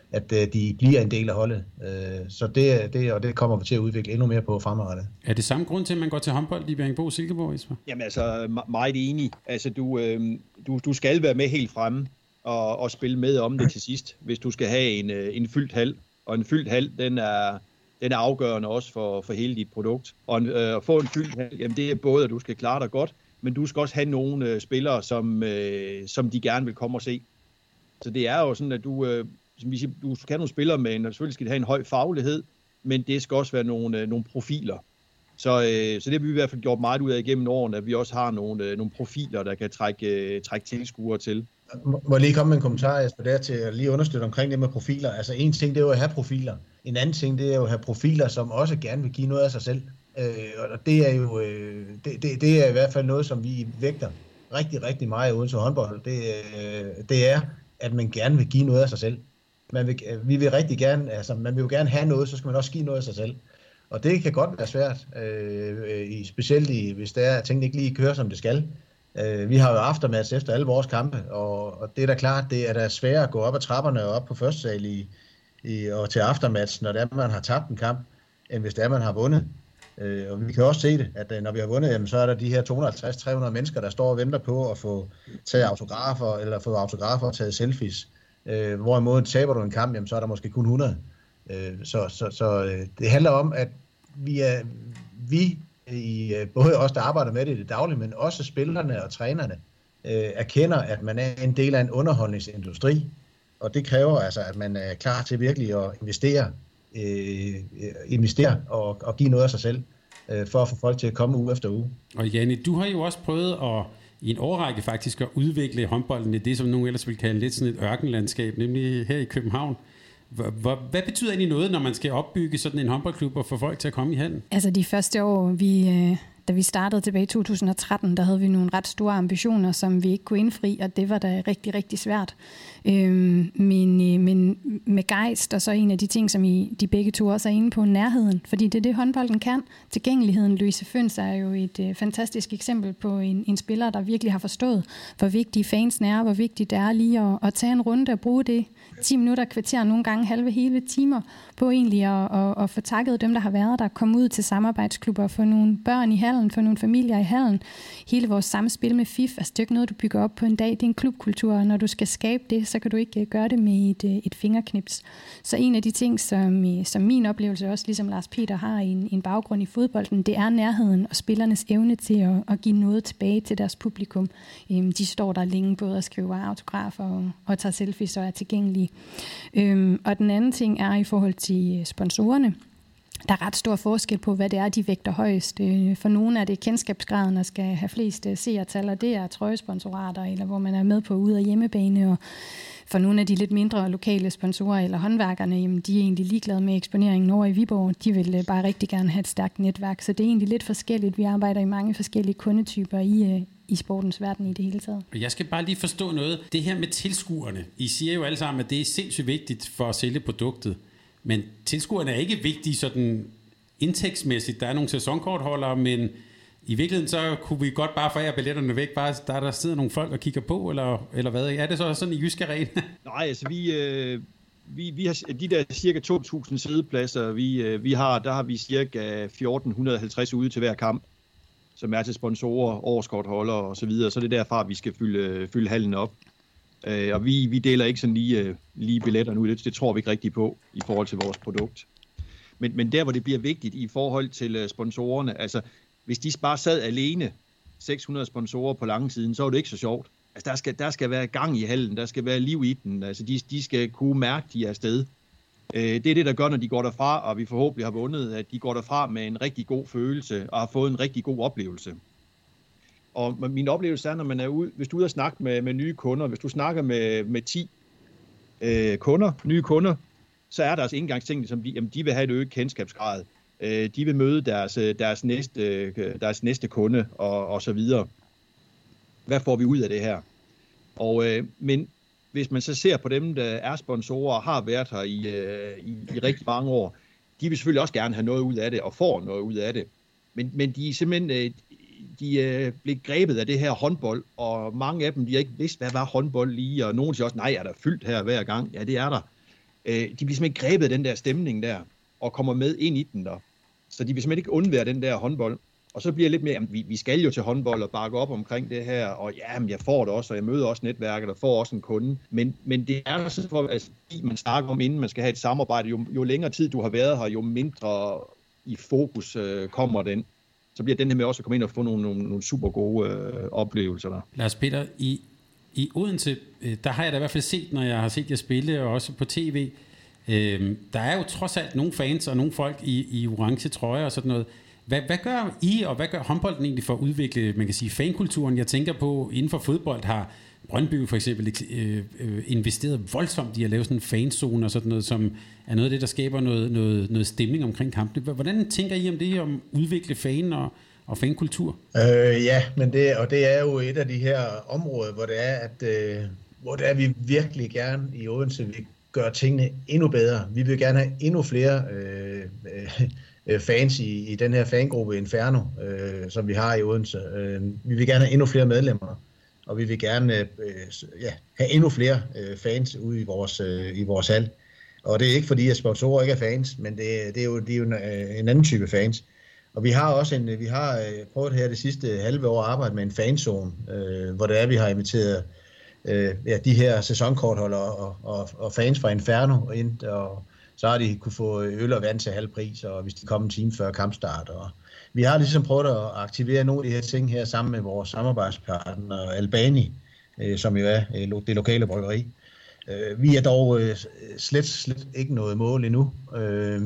at øh, de bliver en del af holdet. Øh, så det, det, og det kommer vi til at udvikle endnu mere på fremadrettet. Er det samme grund til, at man går til håndbold i Bjerringbro-Silkeborg, Jesper? Jamen altså, meget enig. Altså, du, øh, du, du skal være med helt fremme og, og spille med om det til sidst, hvis du skal have en, en fyldt hal. Og en fyldt hal, den er, den er afgørende også for, for hele dit produkt. Og en, øh, at få en fyldt hal, jamen det er både, at du skal klare dig godt, men du skal også have nogle øh, spillere, som, øh, som de gerne vil komme og se. Så det er jo sådan, at du, øh, som vi siger, du skal have nogle spillere med, og selvfølgelig skal de have en høj faglighed, men det skal også være nogle, øh, nogle profiler. Så, øh, så det har vi i hvert fald gjort meget ud af igennem årene, at vi også har nogle, øh, nogle profiler, der kan trække, øh, trække tilskuere til. Må jeg lige komme med en kommentar, Jesper, der til at lige understøtte omkring det med profiler. Altså en ting, det er jo at have profiler. En anden ting, det er jo at have profiler, som også gerne vil give noget af sig selv. Øh, og det er jo øh, det, det, det er i hvert fald noget, som vi vægter rigtig, rigtig meget uden til håndbold. Det, øh, det er, at man gerne vil give noget af sig selv. Man vil, vi vil rigtig gerne, altså man vil jo gerne have noget, så skal man også give noget af sig selv. Og det kan godt være svært, øh, i, specielt i, hvis det er, at tingene ikke lige kører, som det skal. Øh, vi har jo aftermatch efter alle vores kampe, og, og det er da klart, det er da svært at gå op ad trapperne og op på første sal i, i, og til aftermatch, når det er, man har tabt en kamp, end hvis det er, man har vundet. Øh, og vi kan også se det, at når vi har vundet, jamen, så er der de her to hundrede og halvtreds til tre hundrede mennesker, der står og venter på at få taget autografer, eller få autografer og taget selfies. Øh, hvorimod taber du en kamp, jamen, så er der måske kun hundrede. Øh, så så, så øh, det handler om, at vi er, vi i, både os, der arbejder med det i det daglige, men også spillerne og trænerne, øh, erkender, at man er en del af en underholdningsindustri, og det kræver altså, at man er klar til virkelig at investere, øh, investere og, og give noget af sig selv, øh, for at få folk til at komme uge efter uge. Og Janne, du har jo også prøvet at i en årrække faktisk at udvikle håndbolden i det, som nogen ellers vil kalde lidt sådan et ørkenlandskab, nemlig her i København. Hvad betyder egentlig noget, når man skal opbygge sådan en håndboldklub og få folk til at komme i hallen? Altså de første år, vi, da vi startede tilbage i to tusind og tretten, der havde vi nogle ret store ambitioner, som vi ikke kunne indfri, og det var da rigtig, rigtig svært. Øhm, men, men med gejst, og så en af de ting, som I, de begge to også er inde på, nærheden. Fordi det er det, håndbolden kan. Tilgængeligheden. Louise Føns er jo et uh, fantastisk eksempel på en, en spiller, der virkelig har forstået, hvor vigtige fansen er, hvor vigtigt det er lige at, at tage en runde og bruge det ti minutter, kvarter, nogle gange halve hele timer på egentlig at, at, at få takket dem, der har været der, komme ud til samarbejdsklubber, få nogle børn i hallen, få nogle familier i hallen. Hele vores samspil med F I F, altså det er ikke noget, du bygger op på en dag, det er en klubkultur, og når du skal skabe det, så kan du ikke gøre det med et, et fingerknips. Så en af de ting, som, som min oplevelse også, ligesom Lars Peter har en, en baggrund i fodbolden, det er nærheden og spillernes evne til at, at give noget tilbage til deres publikum. De står der længe både og skriver autografer og, og tager selfies og er tilgængelige. Øhm, og den anden ting er i forhold til sponsorerne. Der er ret stor forskel på, hvad det er, de vægter højst. For nogle er det kendskabsgraden, der skal have flest seertal, og det er trøjesponsorater, eller hvor man er med på ude- og hjemmebane. Og for nogle af de lidt mindre lokale sponsorer eller håndværkerne, jamen, de er egentlig ligeglade med eksponeringen over i Viborg. De vil bare rigtig gerne have et stærkt netværk, så det er egentlig lidt forskelligt. Vi arbejder i mange forskellige kundetyper i, i sportens verden i det hele taget. Jeg skal bare lige forstå noget. Det her med tilskuerne. I siger jo alle sammen, at det er sindssygt vigtigt for at sælge produktet. Men tilskuerne er ikke vigtige sådan indtægtsmæssigt. Der er nogle sæsonkortholdere, men i virkeligheden så kunne vi godt bare forære billetterne væk. Bare der, der sidder nogle folk og kigger på, eller, eller hvad? Er det så sådan i Jysk Arena? Nej, altså vi, øh, vi, vi har de der cirka to tusind sædepladser, vi, øh, vi har, der har vi cirka fjorten halvtreds ude til hver kamp, som er til sponsorer, årskortholdere og så videre. Så det er derfra, vi skal fylde, fylde hallen op. Øh, og vi, vi deler ikke sådan lige, lige billetterne ud. Det, det tror vi ikke rigtigt på i forhold til vores produkt. Men, men der, hvor det bliver vigtigt i forhold til sponsorerne, altså hvis de bare sad alene, seks hundrede sponsorer på lange siden, så er det ikke så sjovt. Altså der skal, der skal være gang i hallen, der skal være liv i den. Altså de, de skal kunne mærke, de er afsted. Øh, det er det, der gør, når de går derfra, og vi forhåbentlig har vundet, at de går derfra med en rigtig god følelse og har fået en rigtig god oplevelse. Og min oplevelse er, når man er ude, hvis du er ude og snakke med, med nye kunder, hvis du snakker med, med ti øh, kunder, nye kunder, så er deres indgangsting, som de, jamen, de vil have et øget kendskabsgrad. Øh, de vil møde deres, deres, næste, deres næste kunde og, og så videre. Hvad får vi ud af det her? Og, øh, men hvis man så ser på dem, der er sponsorer og har været her i, øh, i, i rigtig mange år, de vil selvfølgelig også gerne have noget ud af det og får noget ud af det. Men, men de er simpelthen... Øh, de øh, blev grebet af det her håndbold, og mange af dem, de har ikke vidst, hvad var håndbold lige, og nogen siger også, nej, er der fyldt her hver gang? Ja, det er der. øh, de bliver simpelthen ikke grebet af den der stemning der, og kommer med ind i den der. Så de vil simpelthen ikke undvære den der håndbold. Og så bliver det lidt mere, jamen, vi, vi skal jo til håndbold og bakke op omkring det her, og ja, men jeg får det også, og jeg møder også netværket, og får også en kunde. Men, men det er sådan, for, altså, man snakker om, inden man skal have et samarbejde, jo, jo længere tid du har været her, jo mindre i fokus øh, kommer den. Så bliver den her med også at komme ind og få nogle, nogle, nogle super gode øh, oplevelser der. Lars Peter, i, i Odense, øh, der har jeg da i hvert fald set, når jeg har set jer spille, og også på tv, øh, der er jo trods alt nogle fans og nogle folk i, i orange trøjer og sådan noget. Hvad, hvad gør I, og hvad gør håndbolden egentlig for at udvikle, man kan sige, fankulturen? Jeg tænker på, inden for fodbold har Brøndby for eksempel øh, øh, investeret voldsomt i at lave sådan en fanzone og sådan noget, som er noget af det, der skaber noget, noget, noget stemning omkring kampene. Hvordan tænker I om det, om at udvikle fan og, og fankultur? Øh, ja, men det, og det er jo et af de her områder, hvor det er, at øh, hvor det er, vi virkelig gerne i Odense vil gøre tingene endnu bedre. Vi vil gerne have endnu flere øh, øh, fans i, i den her fangruppe Inferno, øh, som vi har i Odense. Øh, vi vil gerne have endnu flere medlemmer, og vi vil gerne øh, ja, have endnu flere øh, fans ude i vores, øh, i vores hal. Og det er ikke fordi, at sponsorer ikke er fans, men det, det er jo, det er jo en, en anden type fans. Og vi har også en, vi har prøvet her det sidste halve år at arbejde med en fanzone, øh, hvor det er, vi har inviteret øh, ja, de her sæsonkortholdere og, og, og fans fra Inferno ind, og så har de kunne få øl og vand til halv pris, og hvis de kommer en time før kampstart. Og vi har ligesom prøvet at aktivere nogle af de her ting her sammen med vores samarbejdspartner Albani, øh, som jo er øh, det lokale bryggeri. Øh, vi er dog øh, slet, slet ikke noget mål endnu, øh,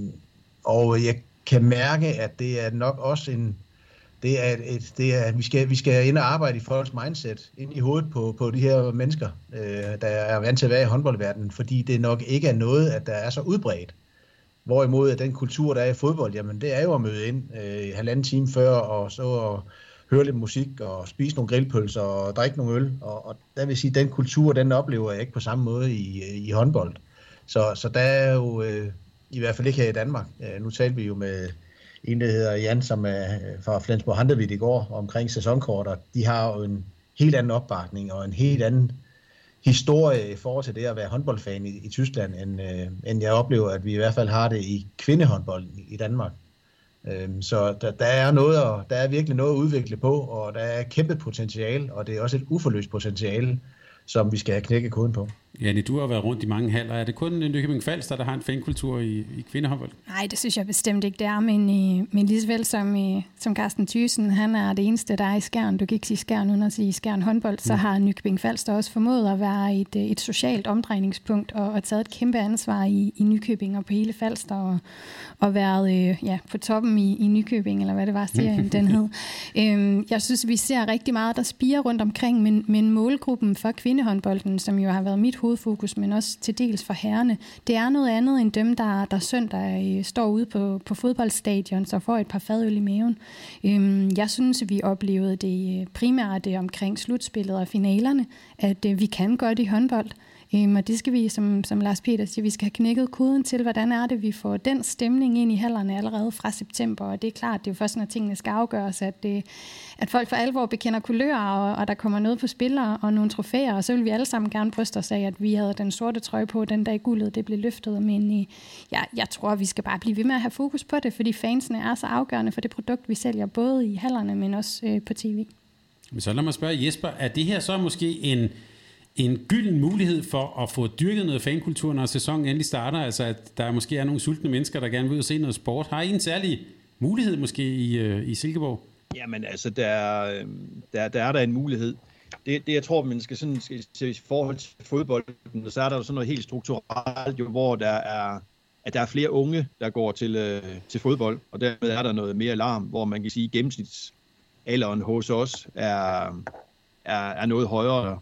og jeg kan mærke, at det er nok også en, det er et, det er, vi skal, vi skal ind og arbejde i folks mindset, ind i hovedet på, på de her mennesker, øh, der er vant til at være i håndboldverdenen, fordi det nok ikke er noget, at der er så udbredt. Hvorimod at den kultur, der er i fodbold, jamen det er jo at møde ind øh, halvanden time før, og så og høre lidt musik, og spise nogle grillpølser, og drikke nogle øl, og, og der vil sige, den kultur, den oplever jeg ikke på samme måde i, i håndbold. Så, så der er jo... Øh, i hvert fald ikke her i Danmark. Nu talte vi jo med en, der hedder Jan, som er fra Flensborg Handewitt i går, omkring sæsonkort, og de har jo en helt anden opbakning og en helt anden historie i forhold til det at være håndboldfan i, i Tyskland, end, øh, end jeg oplever, at vi i hvert fald har det i kvindehåndbold i, i Danmark. Øhm, så der, der er noget, og der er virkelig noget at udvikle på, og der er kæmpe potentiale, og det er også et uforløst potentiale, som vi skal have knækket koden på. Janne, du har været rundt i mange haller. Er det kun Nykøbing Falster, der har en fankultur i, i kvindehåndbold? Nej, det synes jeg bestemt ikke, det er. Men, i, men lige så vel som, i, som Carsten Thyssen, han er det eneste, der er i Skjern. Du kan ikke sige Skjern uden at sige Skjern håndbold. Så mm. har Nykøbing Falster også formået at være et, et socialt omdrejningspunkt og, og taget et kæmpe ansvar i, i Nykøbing og på hele Falster og, og været øh, ja, på toppen i, i Nykøbing, eller hvad det var, serien den hed. Øhm, jeg synes, vi ser rigtig meget, der spirer rundt omkring, men, men målgruppen for kvindehåndbolden, som jo har været mit hovedfokus, men også til dels for herrene, det er noget andet end dem, der, der søndag står ude på, på fodboldstadion og får et par fadøl i maven. Øhm, jeg synes, vi oplevede det primært det omkring slutspillet og finalerne, at øh, vi kan godt i håndbold. Øhm, og det skal vi, som, som Lars Peter siger, vi skal have knækket koden til, hvordan er det, vi får den stemning ind i hallerne allerede fra september. Og det er klart, det er jo først, når tingene skal afgøres, at, det, at folk for alvor bekender kulør, og, og der kommer noget på spil og nogle trofæer. Og så vil vi alle sammen gerne bryste os af, at vi havde den sorte trøje på, den dag guldet det blev løftet. Men ja, jeg tror, vi skal bare blive ved med at have fokus på det, fordi fansene er så afgørende for det produkt, vi sælger, både i hallerne, men også øh, på tv. Så lad mig spørge Jesper, er det her så måske en... en gylden mulighed for at få dyrket noget fankultur, når sæsonen endelig starter, altså at der måske er nogle sultne mennesker, der gerne vil ud og se noget sport. Har I en særlig mulighed måske i, i Silkeborg? Jamen altså, der, der, der er der en mulighed. Det, det jeg tror, man skal sådan skal se i forhold til fodbolden, så er der sådan noget helt strukturelt, jo, hvor der er, at der er flere unge, der går til, til fodbold, og dermed er der noget mere larm, hvor man kan sige, at gennemsnitsalderen hos os er, er, er noget højere.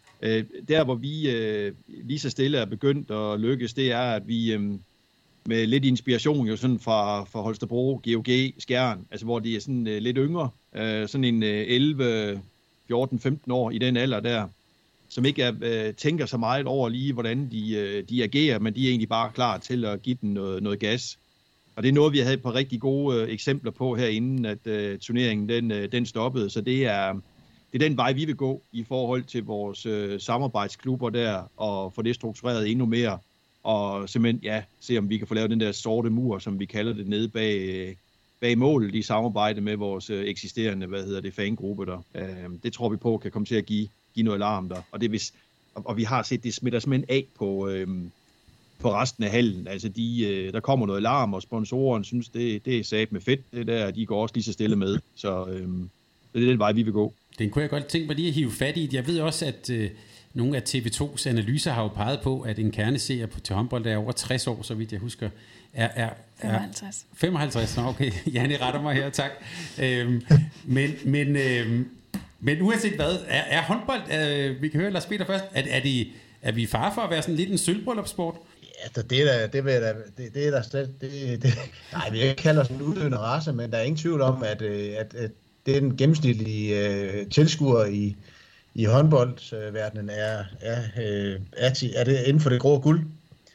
Der, hvor vi øh, lige så stille er begyndt at lykkes, det er, at vi øh, med lidt inspiration jo sådan fra, fra Holstebro, G O G, Skjern, altså hvor de er sådan øh, lidt yngre, øh, sådan en øh, elleve, fjorten, femten år i den alder der, som ikke er, øh, tænker så meget over lige, hvordan de, øh, de agerer, men de er egentlig bare klar til at give den noget, noget gas. Og det er noget, vi havde et par rigtig gode øh, eksempler på herinde, at øh, turneringen den, øh, den stoppede, så det er... Det er den vej, vi vil gå i forhold til vores øh, samarbejdsklubber der, og få det struktureret endnu mere. og simpelthen, ja, se om vi kan få lavet den der sorte mur, som vi kalder det, nede bag, bag målet i samarbejde med vores eksisterende, hvad hedder det, fangruppe der. Det tror vi på kan komme til at give, give noget alarm der, og det hvis, og vi har set, det smitter simpelthen af på, øhm, på resten af hallen. Altså, de, øh, der kommer noget alarm, og sponsoren synes, det, det er sat med fedt, det der, de går også lige så stille med. Så øhm, det er den vej, vi vil gå. Den kunne jeg godt tænke mig lige at hive fat i. Jeg ved også, at øh, nogle af T V to's analyser har jo peget på, at en kerneserie på, til håndbold, der er over tres år, så vidt jeg husker, er... er, er femoghalvtreds. femoghalvtreds, okay. Janne retter mig her, tak. Øhm, men, men, øhm, men uanset hvad, er, er håndbold, øh, vi kan høre Lars Peter først, er, er, de, er vi i fare for at være sådan lidt en sølvbryllupssport? Ja, det er der, det vil da, det, det er der slet, det, det, nej, vi ikke kalder sådan en uddøende race, men der er ingen tvivl om, at, at, at det er den gennemsnitlige uh, tilskuer i, i håndboldverdenen er, er, er, er, er det inden for det grå guld.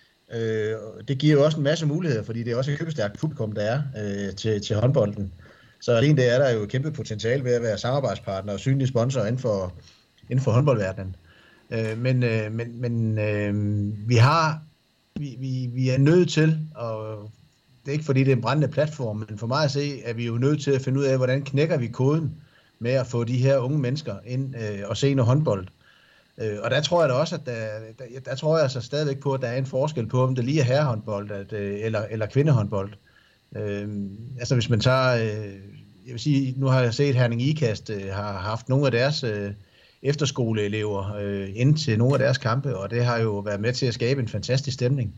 Uh, det giver jo også en masse muligheder, fordi det er også et købestærkt publikum, der er uh, til, til håndbolden. Så alene det er der jo et kæmpe potentiale ved at være samarbejdspartner og synlig sponsor inden for, inden for håndboldverdenen. Uh, men uh, men, men uh, vi har Vi, vi, vi er nødt til, og det er ikke fordi det er en brændende platform, men for mig at se, at vi er jo nødt til at finde ud af, hvordan knækker vi koden med at få de her unge mennesker ind øh, og se noget håndbold. Øh, og der tror jeg da også, at der, der, der tror jeg altså stadigvæk på, at der er en forskel på, om det lige er herrehåndbold at, øh, eller, eller kvindehåndbold. Øh, altså hvis man tager, øh, jeg vil sige, nu har jeg set Herning Ikast øh, har haft nogle af deres øh, efterskoleelever øh, ind til nogle af deres kampe, og det har jo været med til at skabe en fantastisk stemning.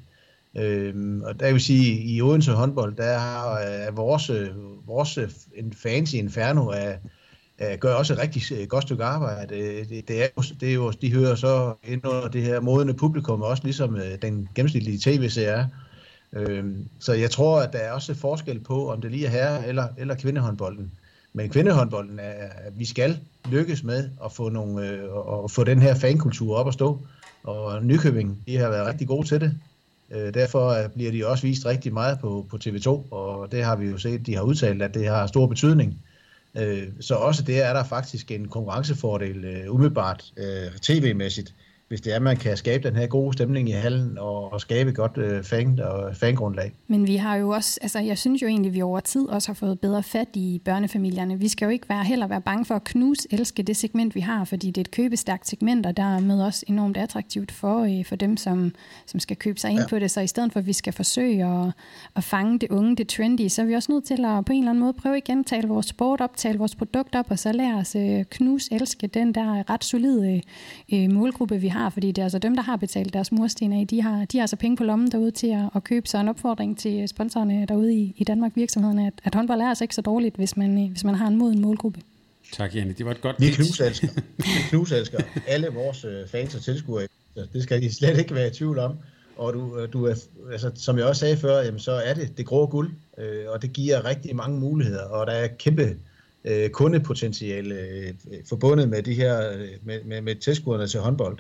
Øh, og der vil sige, i Odense håndbold, der har øh, vores, øh, vores en fancy Inferno af, af, gør også et rigtig godt stykke arbejde. Det, det, er jo, det er jo, de hører så ind under det her modne publikum, også ligesom øh, den gennemsnitlige tv-serie. Øh, så jeg tror, at der er også forskel på, om det lige er herre- eller, eller kvindehåndbolden. Men kvindehåndbolden er, at vi skal lykkes med at få, nogle, øh, at få den her fankultur op at stå. Og Nykøbing, de har været rigtig gode til det. Øh, derfor bliver de også vist rigtig meget på, på T V to, og det har vi jo set, de har udtalt, at det har stor betydning. Øh, så også det er der faktisk en konkurrencefordel øh, umiddelbart øh, tv-mæssigt, hvis det er, at man kan skabe den her gode stemning i hallen og, og skabe et godt øh, fan, og fangrundlag. Men vi har jo også, altså jeg synes jo egentlig, at vi over tid også har fået bedre fat i børnefamilierne. Vi skal jo ikke være, heller være bange for at knuse elske det segment, vi har, fordi det er et købestærkt segment, og dermed også enormt attraktivt for, øh, for dem, som, som skal købe sig ind ja. på det. Så i stedet for, at vi skal forsøge at, at fange det unge, det trendy, så er vi også nødt til at på en eller anden måde prøve igen at tale vores sport op, tale vores produkt op, og så lade os øh, knuse elske den der ret solide øh, målgruppe, vi har. Fordi det er altså dem, der har betalt deres mursten af, de har, de har altså penge på lommen derude til at, at købe. Så en opfordring til sponsorerne derude i, i Danmark virksomhederne, at, at håndbold er altså ikke så dårligt, hvis man, hvis man har en moden målgruppe. Tak, Janne. Det var et godt pitch. Vi knuselsker. Vi knuselsker alle vores fans og tilskuere. Det skal de slet ikke være i tvivl om. Og du, du er, altså, som jeg også sagde før, jamen, så er det det grå guld, øh, og det giver rigtig mange muligheder, og der er kæmpe øh, kundepotentiale øh, forbundet med de her med, med, med tilskuerne til håndbold.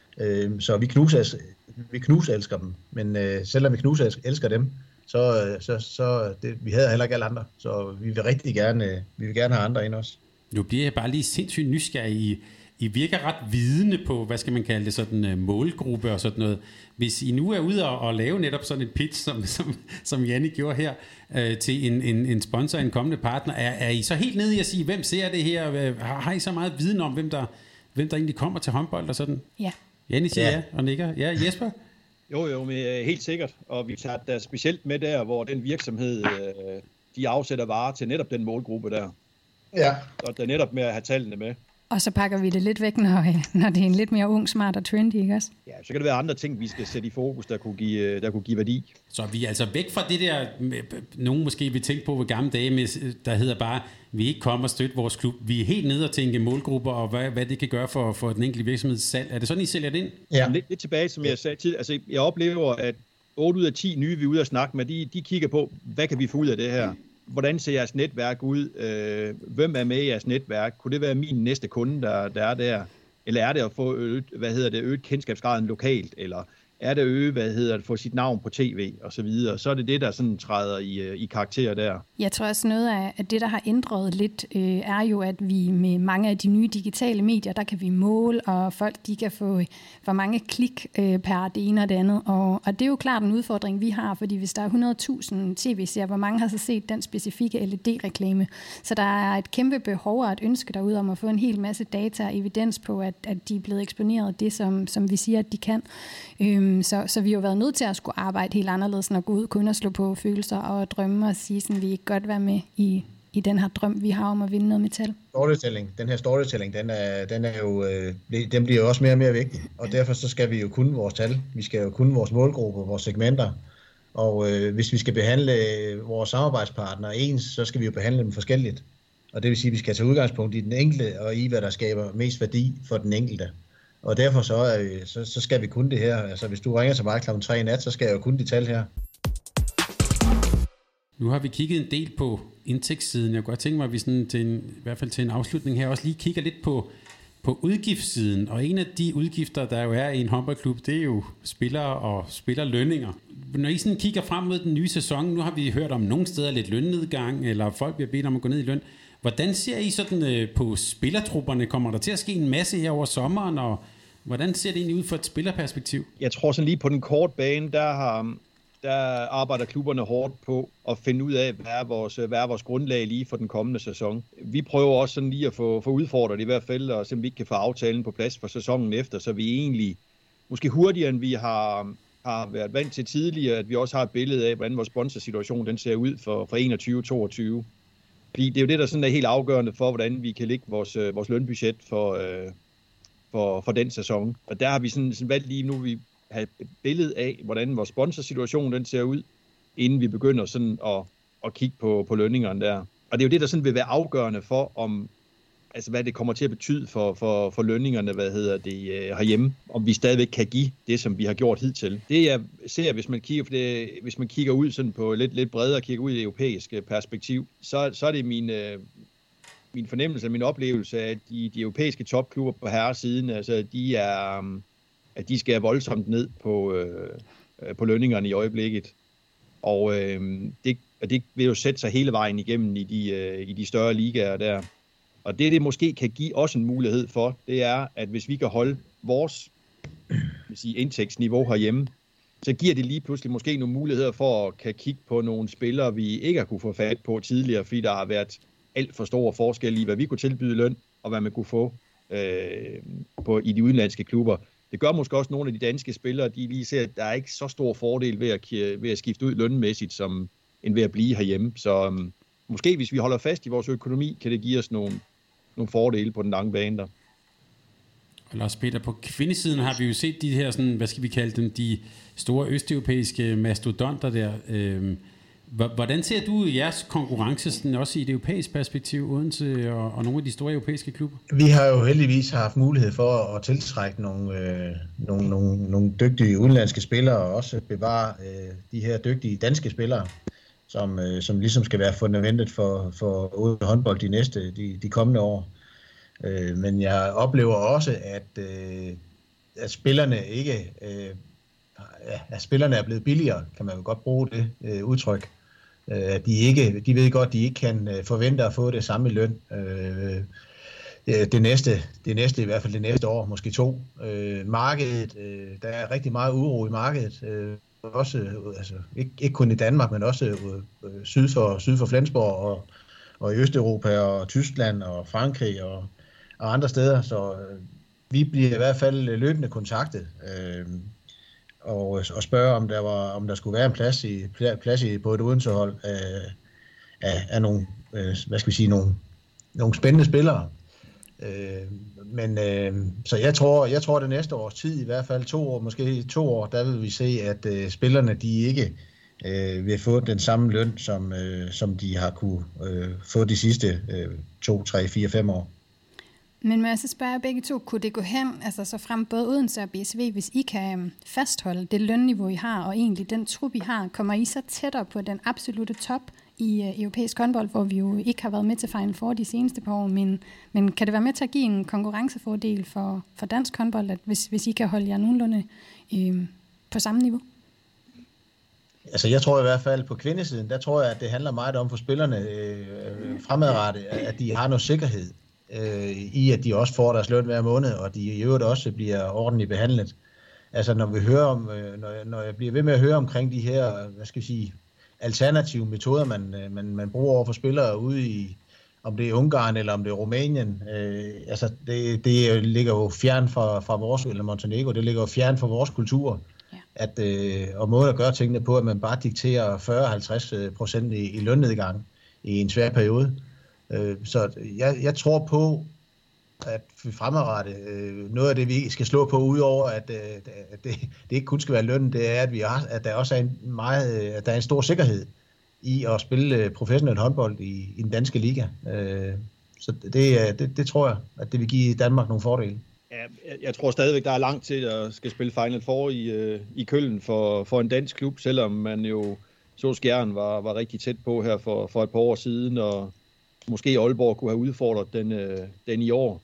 Så vi knuselsker, vi knuselsker dem, men øh, selvom vi knuselsker dem, så, så, så det, vi havde heller ikke alle andre, så vi vil rigtig gerne, vi vil gerne have andre ind også. Nu bliver jeg bare lige sindssygt nysgerrig. I, I virker ret vidende på, hvad skal man kalde det, sådan en målgruppe og sådan noget. Hvis I nu er ude og, og lave netop sådan et pitch, som, som, som Janne gjorde her, øh, til en, en, en sponsor, en kommende partner, er, er I så helt nede i at sige, hvem ser det her? Har, har I så meget viden om, hvem der, hvem der egentlig kommer til håndbold og sådan? Ja. Janne siger ja. ja og nikker. Ja, Jesper? Jo, jo, men helt sikkert. Og vi tager der specielt med der, hvor den virksomhed, de afsætter varer til netop den målgruppe der. Ja. Og der netop med at have tallene med. Og så pakker vi det lidt væk, når, når det er en lidt mere ung, smart og trendy, ikke også? Ja, så kan det være andre ting, vi skal sætte i fokus, der kunne give, der kunne give værdi. Så vi er altså væk fra det der, nogen måske vil tænke på ved gamle dage, med, der hedder bare, vi ikke kommer og støtte vores klub. Vi er helt nede og tænke målgrupper, og hvad, hvad det kan gøre for, for den enkelte virksomheds salg. Er det sådan, I sælger det ind? Ja. Lidt, lidt tilbage, som jeg sagde tidligere. Altså, jeg oplever, at otte ud af ti nye, vi er ude at snakke med, de, de kigger på, hvad kan vi få ud af det her? Hvordan ser jeres netværk ud? Øh, hvem er med i jeres netværk? Kunne det være min næste kunde, der, der er der? Eller er det at få øget, hvad hedder det, øget kendskabsgraden lokalt? Eller er det øge, hvad hedder det, få sit navn på tv og så videre. Så er det det, der sådan træder i, i karakter der. Jeg tror også noget af at det, der har ændret lidt, øh, er jo, at vi med mange af de nye digitale medier, der kan vi måle, og folk de kan få for mange klik øh, per det ene og det andet. Og, og det er jo klart en udfordring, vi har, fordi hvis der er hundrede tusind tv-serier, hvor mange har så set den specifikke L E D-reklame. Så der er et kæmpe behov og et ønske derude om at få en hel masse data og evidens på, at, at de er blevet eksponeret af det, som, som vi siger, at de kan. Øh, Så, så vi har jo været nødt til at skulle arbejde helt anderledes, end at gå ud kun og slå på følelser og drømme og sige, at vi ikke godt være med i, i den her drøm, vi har om at vinde noget metal. Storytelling, den her storytelling, den er, den er jo, øh, den bliver jo også mere og mere vigtig, og derfor så skal vi jo kunne vores tal, vi skal jo kunne vores målgrupper, vores segmenter, og øh, hvis vi skal behandle vores samarbejdspartnere ens, så skal vi jo behandle dem forskelligt, og det vil sige, at vi skal tage udgangspunkt i den enkelte, og i hvad der skaber mest værdi for den enkelte. Og derfor så, er, så, så skal vi kunne det her. Altså hvis du ringer til mig klokken tre i nat, så skal jeg jo kunne de tal her. Nu har vi kigget en del på indtægtssiden. Jeg kunne godt tænke mig, at vi sådan til en, i hvert fald til en afslutning her også lige kigger lidt på, på udgiftssiden. Og en af de udgifter, der jo er i en håndboldklub, det er jo spillere og spillerlønninger. Når I sådan kigger frem mod den nye sæson, nu har vi hørt om nogle steder lidt lønnedgang, eller folk bliver bedt om at gå ned i løn. Hvordan ser I sådan øh, på spillertrupperne? Kommer der til at ske en masse her over sommeren, og hvordan ser det egentlig ud fra et spillerperspektiv? Jeg tror sådan lige på den korte bane, der, har, der arbejder klubberne hårdt på at finde ud af, hvad er, vores, hvad er vores grundlag lige for den kommende sæson. Vi prøver også sådan lige at få, få udfordret i hvert fald, og simpelthen vi ikke kan få aftalen på plads for sæsonen efter, så vi egentlig, måske hurtigere end vi har, har været vant til tidligere, at vi også har et billede af, hvordan vores sponsorsituation den ser ud for, for enogtyve toogtyve. Fordi det er jo det, der sådan er helt afgørende for, hvordan vi kan lægge vores, vores lønbudget for, øh, for, for den sæson. Og der har vi sådan, sådan valgt lige nu, vi har et billede af, hvordan vores sponsorsituation den ser ud, inden vi begynder sådan at, at kigge på, på lønningerne der. Og det er jo det, der sådan vil være afgørende for, om, altså hvad det kommer til at betyde for, for, for lønningerne, hvad hedder det, herhjemme, om vi stadigvæk kan give det, som vi har gjort hidtil. Det jeg ser, hvis man kigger, for det, hvis man kigger ud sådan på lidt, lidt bredere, kigger ud i det europæiske perspektiv, så, så er det min, min fornemmelse, min oplevelse af, at de, de europæiske topklubber på herresiden, altså de er, at de skal voldsomt ned på, øh, på lønningerne i øjeblikket. Og øh, det, det vil jo sætte sig hele vejen igennem i de, øh, i de større ligaer der. Og det, det måske kan give os en mulighed for, det er, at hvis vi kan holde vores vil sige, indtægtsniveau herhjemme, så giver det lige pludselig måske nogle muligheder for at kan kigge på nogle spillere, vi ikke har kunne få fat på tidligere, fordi der har været alt for store forskelle i, hvad vi kunne tilbyde løn, og hvad man kunne få øh, på, i de udenlandske klubber. Det gør måske også nogle af de danske spillere, de lige ser, at der er ikke så stor fordel ved at, ved at skifte ud lønmæssigt, som end ved at blive herhjemme. Så um, måske hvis vi holder fast i vores økonomi, kan det give os nogle, nogle fordele på den lange bane der. Og Lars Peter, på kvindesiden har vi jo set de her, sådan, hvad skal vi kalde dem, de store østeuropæiske mastodonter der. Øhm, hvordan ser du jeres konkurrence sådan, også i et europæisk perspektiv, Odense og, og nogle af de store europæiske klubber? Vi har jo heldigvis haft mulighed for at tiltrække nogle, øh, nogle, nogle, nogle dygtige udenlandske spillere, og også bevare øh, de her dygtige danske spillere, som, øh, som ligesom skal være fundamentet for, for Odense håndbold de næste, de, de kommende år. Øh, men jeg oplever også, at, øh, at spillerne ikke, øh, at spillerne er blevet billigere, kan man jo godt bruge det øh, udtryk. Øh, de, ikke, de ved godt, at de ikke kan forvente at få det samme løn øh, det, næste, det næste, i hvert fald det næste år, måske to. Øh, markedet, øh, der er rigtig meget uro i markedet, øh, også, altså, ikke, ikke kun i Danmark, men også øh, syd, for, syd for Flensborg og, og i Østeuropa og Tyskland og Frankrig og, og andre steder, så øh, vi bliver i hvert fald løbende kontaktet øh, og, og spørger, om der, var, om der skulle være en plads, i, plads i, på et Odense-hold af, af, af nogle, øh, hvad skal vi sige, nogle, nogle spændende spillere. Øh, men øh, så jeg tror, jeg tror det næste års tid, i hvert fald to år, måske to år, der vil vi se, at øh, spillerne de ikke øh, vil få den samme løn, som, øh, som de har kunne øh, få de sidste øh, to, tre, fire, fem år. Men må jeg så spørge begge to, kunne det gå hen, altså så frem både Odense og B S V, hvis I kan fastholde det lønniveau, I har, og egentlig den trup, I har, kommer I så tættere på den absolute top i uh, europæisk håndbold, hvor vi jo ikke har været med til Final Four de seneste par år, men, men kan det være med til at give en konkurrencefordel for, for dansk håndbold, at hvis, hvis I kan holde jer nogenlunde øh, på samme niveau? Altså jeg tror i hvert fald på kvindesiden, der tror jeg, at det handler meget om for spillerne øh, fremadrettet, at de har noget sikkerhed øh, i, at de også får deres løn hver måned, og de i øvrigt også bliver ordentligt behandlet. Altså når vi hører om, øh, når, jeg, når jeg bliver ved med at høre omkring de her, hvad skal vi sige, alternative metoder, man, man, man bruger over for spillere ude i, om det er Ungarn eller om det er Rumænien, øh, altså det, det ligger jo fjern fra, fra vores, eller Montenegro, det ligger jo fjern fra vores kultur. At, øh, og måden at gøre tingene på, at man bare dikterer fyrre til halvtreds procent i, i lønnedgang i en svær periode. Øh, så jeg, jeg tror på, at vi fremadrettet, øh, noget af det, vi skal slå på, udover at, øh, at det, det ikke kun skal være lønnen, det er, at, vi har, at der også er en, meget, at der er en stor sikkerhed i at spille professionel håndbold i, i den danske liga. Øh, så det, det, det tror jeg, at det vil give Danmark nogle fordele. Ja, jeg tror stadigvæk, der er langt til at skal spille Final Four i, øh, i Køln for, for en dansk klub, selvom man jo så Skjern var, var rigtig tæt på her for, for et par år siden, og måske Aalborg kunne have udfordret den, øh, den i år.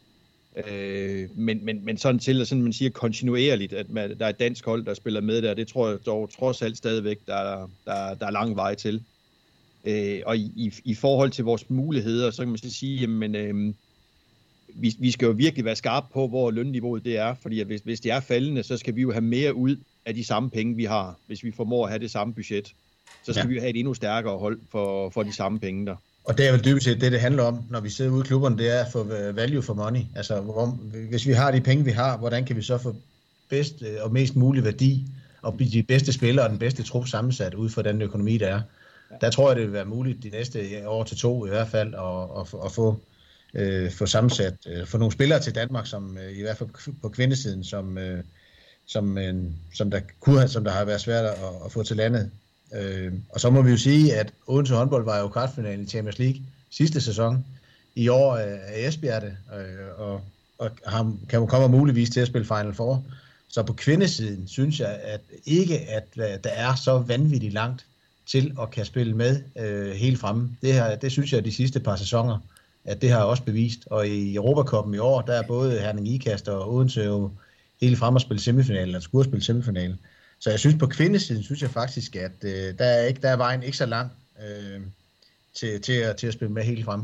Øh, men, men, men sådan til, at sådan man siger kontinuerligt, at man, der er et dansk hold, der spiller med der, det tror jeg dog trods alt stadigvæk, der er, der, der er lang vej til. Øh, og i, i, i forhold til vores muligheder, så kan man sige, jamen... Øh, Vi, vi skal jo virkelig være skarpe på, hvor lønniveauet det er, fordi at hvis, hvis det er faldende, så skal vi jo have mere ud af de samme penge, vi har, hvis vi formår at have det samme budget. Så skal ja. vi jo have et endnu stærkere hold for, for de samme penge der. Og det er vel dybest set det, det handler om, når vi sidder ude i klubberne, det er at få value for money. Altså, hvor, hvis vi har de penge, vi har, hvordan kan vi så få bedst og mest mulig værdi og blive de bedste spillere og den bedste trup sammensat ud fra den økonomi, der er. Ja. Der tror jeg, det vil være muligt de næste år til to i hvert fald at, at, at få Øh, få sammensat, øh, få nogle spillere til Danmark, som øh, i hvert fald på kvindesiden, som, øh, som, øh, som, der kunne have, som der har været svært at, at få til landet. Øh, og så må vi jo sige, at Odense håndbold var jo kvartfinalen i Champions League sidste sæson. I år øh, er Esbjerg det, øh, og, og ham, kan man komme muligvis til at spille Final Four. Så på kvindesiden synes jeg at ikke, at der er så vanvittigt langt til at kan spille med øh, helt fremme. Det, her, det synes jeg de sidste par sæsoner, at det har også bevist. Og i Europacupen i år, der er både Herning Ikast og Odense jo helt frem at spille semifinalen, eller skulle spille semifinalen. Så jeg synes på kvindesiden, synes jeg faktisk, at øh, der, er ikke, der er vejen ikke så lang øh, til, til, at, til at spille med helt fremme.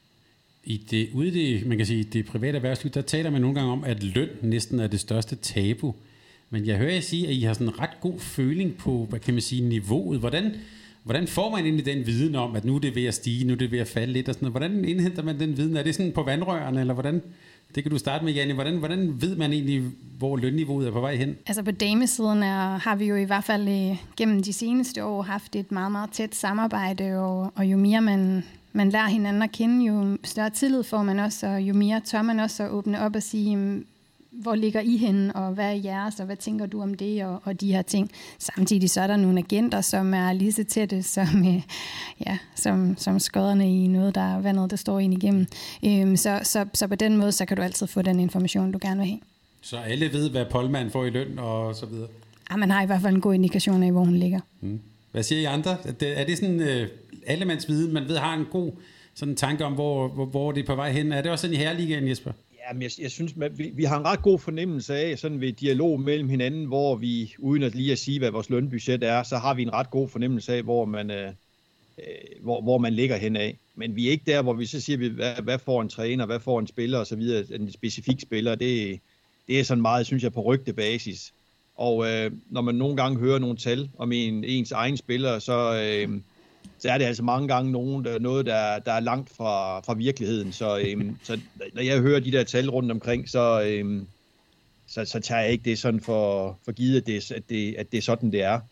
I det, ude i det, man kan sige, det private erhvervsliv, der taler man nogle gange om, at løn næsten er det største tabu. Men jeg hører jer sige, at I har sådan en ret god føling på, hvad kan man sige, niveauet. Hvordan, hvordan får man egentlig den viden om, at nu er det ved at stige, nu er det ved at falde lidt og sådan noget? Hvordan indhenter man den viden? Er det sådan på vandrørene, eller hvordan? Det kan du starte med, Janne. Hvordan, hvordan ved man egentlig, hvor lønniveauet er på vej hen? Altså på damesiden er, har vi jo i hvert fald øh, gennem de seneste år haft et meget, meget tæt samarbejde, og, og jo mere man, man lærer hinanden at kende, jo større tillid får man også, og jo mere tør man også at åbne op og sige, hvor ligger I henne, og hvad er jeres, og hvad tænker du om det, og, og de her ting. Samtidig så er der nogle agenter, som er lige så tætte, som, øh, ja, som, som skodderne i noget, der er vandet, der står ind igennem. Øhm, så, så, så på den måde, så kan du altid få den information, du gerne vil have. Så alle ved, hvad Polman får i løn, og så videre? Ja, man har i hvert fald en god indikation af, hvor hun ligger. Hmm. Hvad siger I andre? Er det sådan, øh, allemandsviden, man ved, har en god sådan tanke om, hvor, hvor, hvor det er på vej hen? Er det også sådan i herreligaen, Jesper? Jamen, jeg, jeg synes, vi, vi har en ret god fornemmelse af, sådan ved dialog mellem hinanden, hvor vi, uden at lige at sige, hvad vores lønbudget er, så har vi en ret god fornemmelse af, hvor man, øh, hvor, hvor man ligger henad. Men vi er ikke der, hvor vi så siger, hvad, hvad får en træner, hvad får en spiller osv., en specifik spiller. Det, det er sådan meget, synes jeg, på rygtebasis. Og øh, når man nogle gange hører nogle tal om en, ens egen spiller, så... Øh, så er det altså mange gange nogen, der, noget, der, der er langt fra, fra virkeligheden. Så, øhm, så når jeg hører de der tal rundt omkring, så, øhm, så, så tager jeg ikke det sådan for, for givet, at det, at, det, at det er sådan, det er.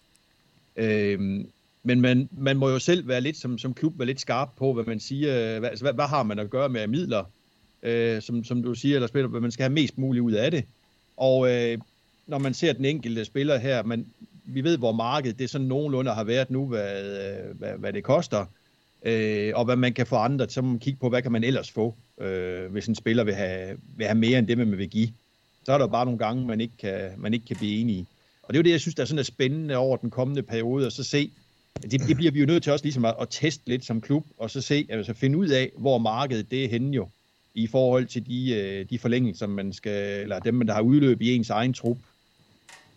Øhm, men man, man må jo selv være lidt som, som klub være lidt skarp på, hvad man siger. Hvad, altså, hvad, hvad har man at gøre med midler, øh, som, som du siger, eller spiller, hvad man skal have mest muligt ud af det. Og øh, når man ser den enkelte spiller her, man vi ved, hvor markedet det sådan nogenlunde har været nu, hvad, hvad, hvad det koster, øh, og hvad man kan få andre, så må man kigge på, hvad kan man ellers få, øh, hvis en spiller vil have, vil have mere end det, man vil give. Så er der bare nogle gange, man ikke kan, man ikke kan blive enige. Og det er jo det, jeg synes, der er sådan er spændende over den kommende periode, og så se, det, det bliver vi jo nødt til også ligesom at, at teste lidt som klub, og så se, altså finde ud af, hvor markedet det er henne jo, i forhold til de, de forlængelser, man skal, eller dem, der har udløb i ens egen trup.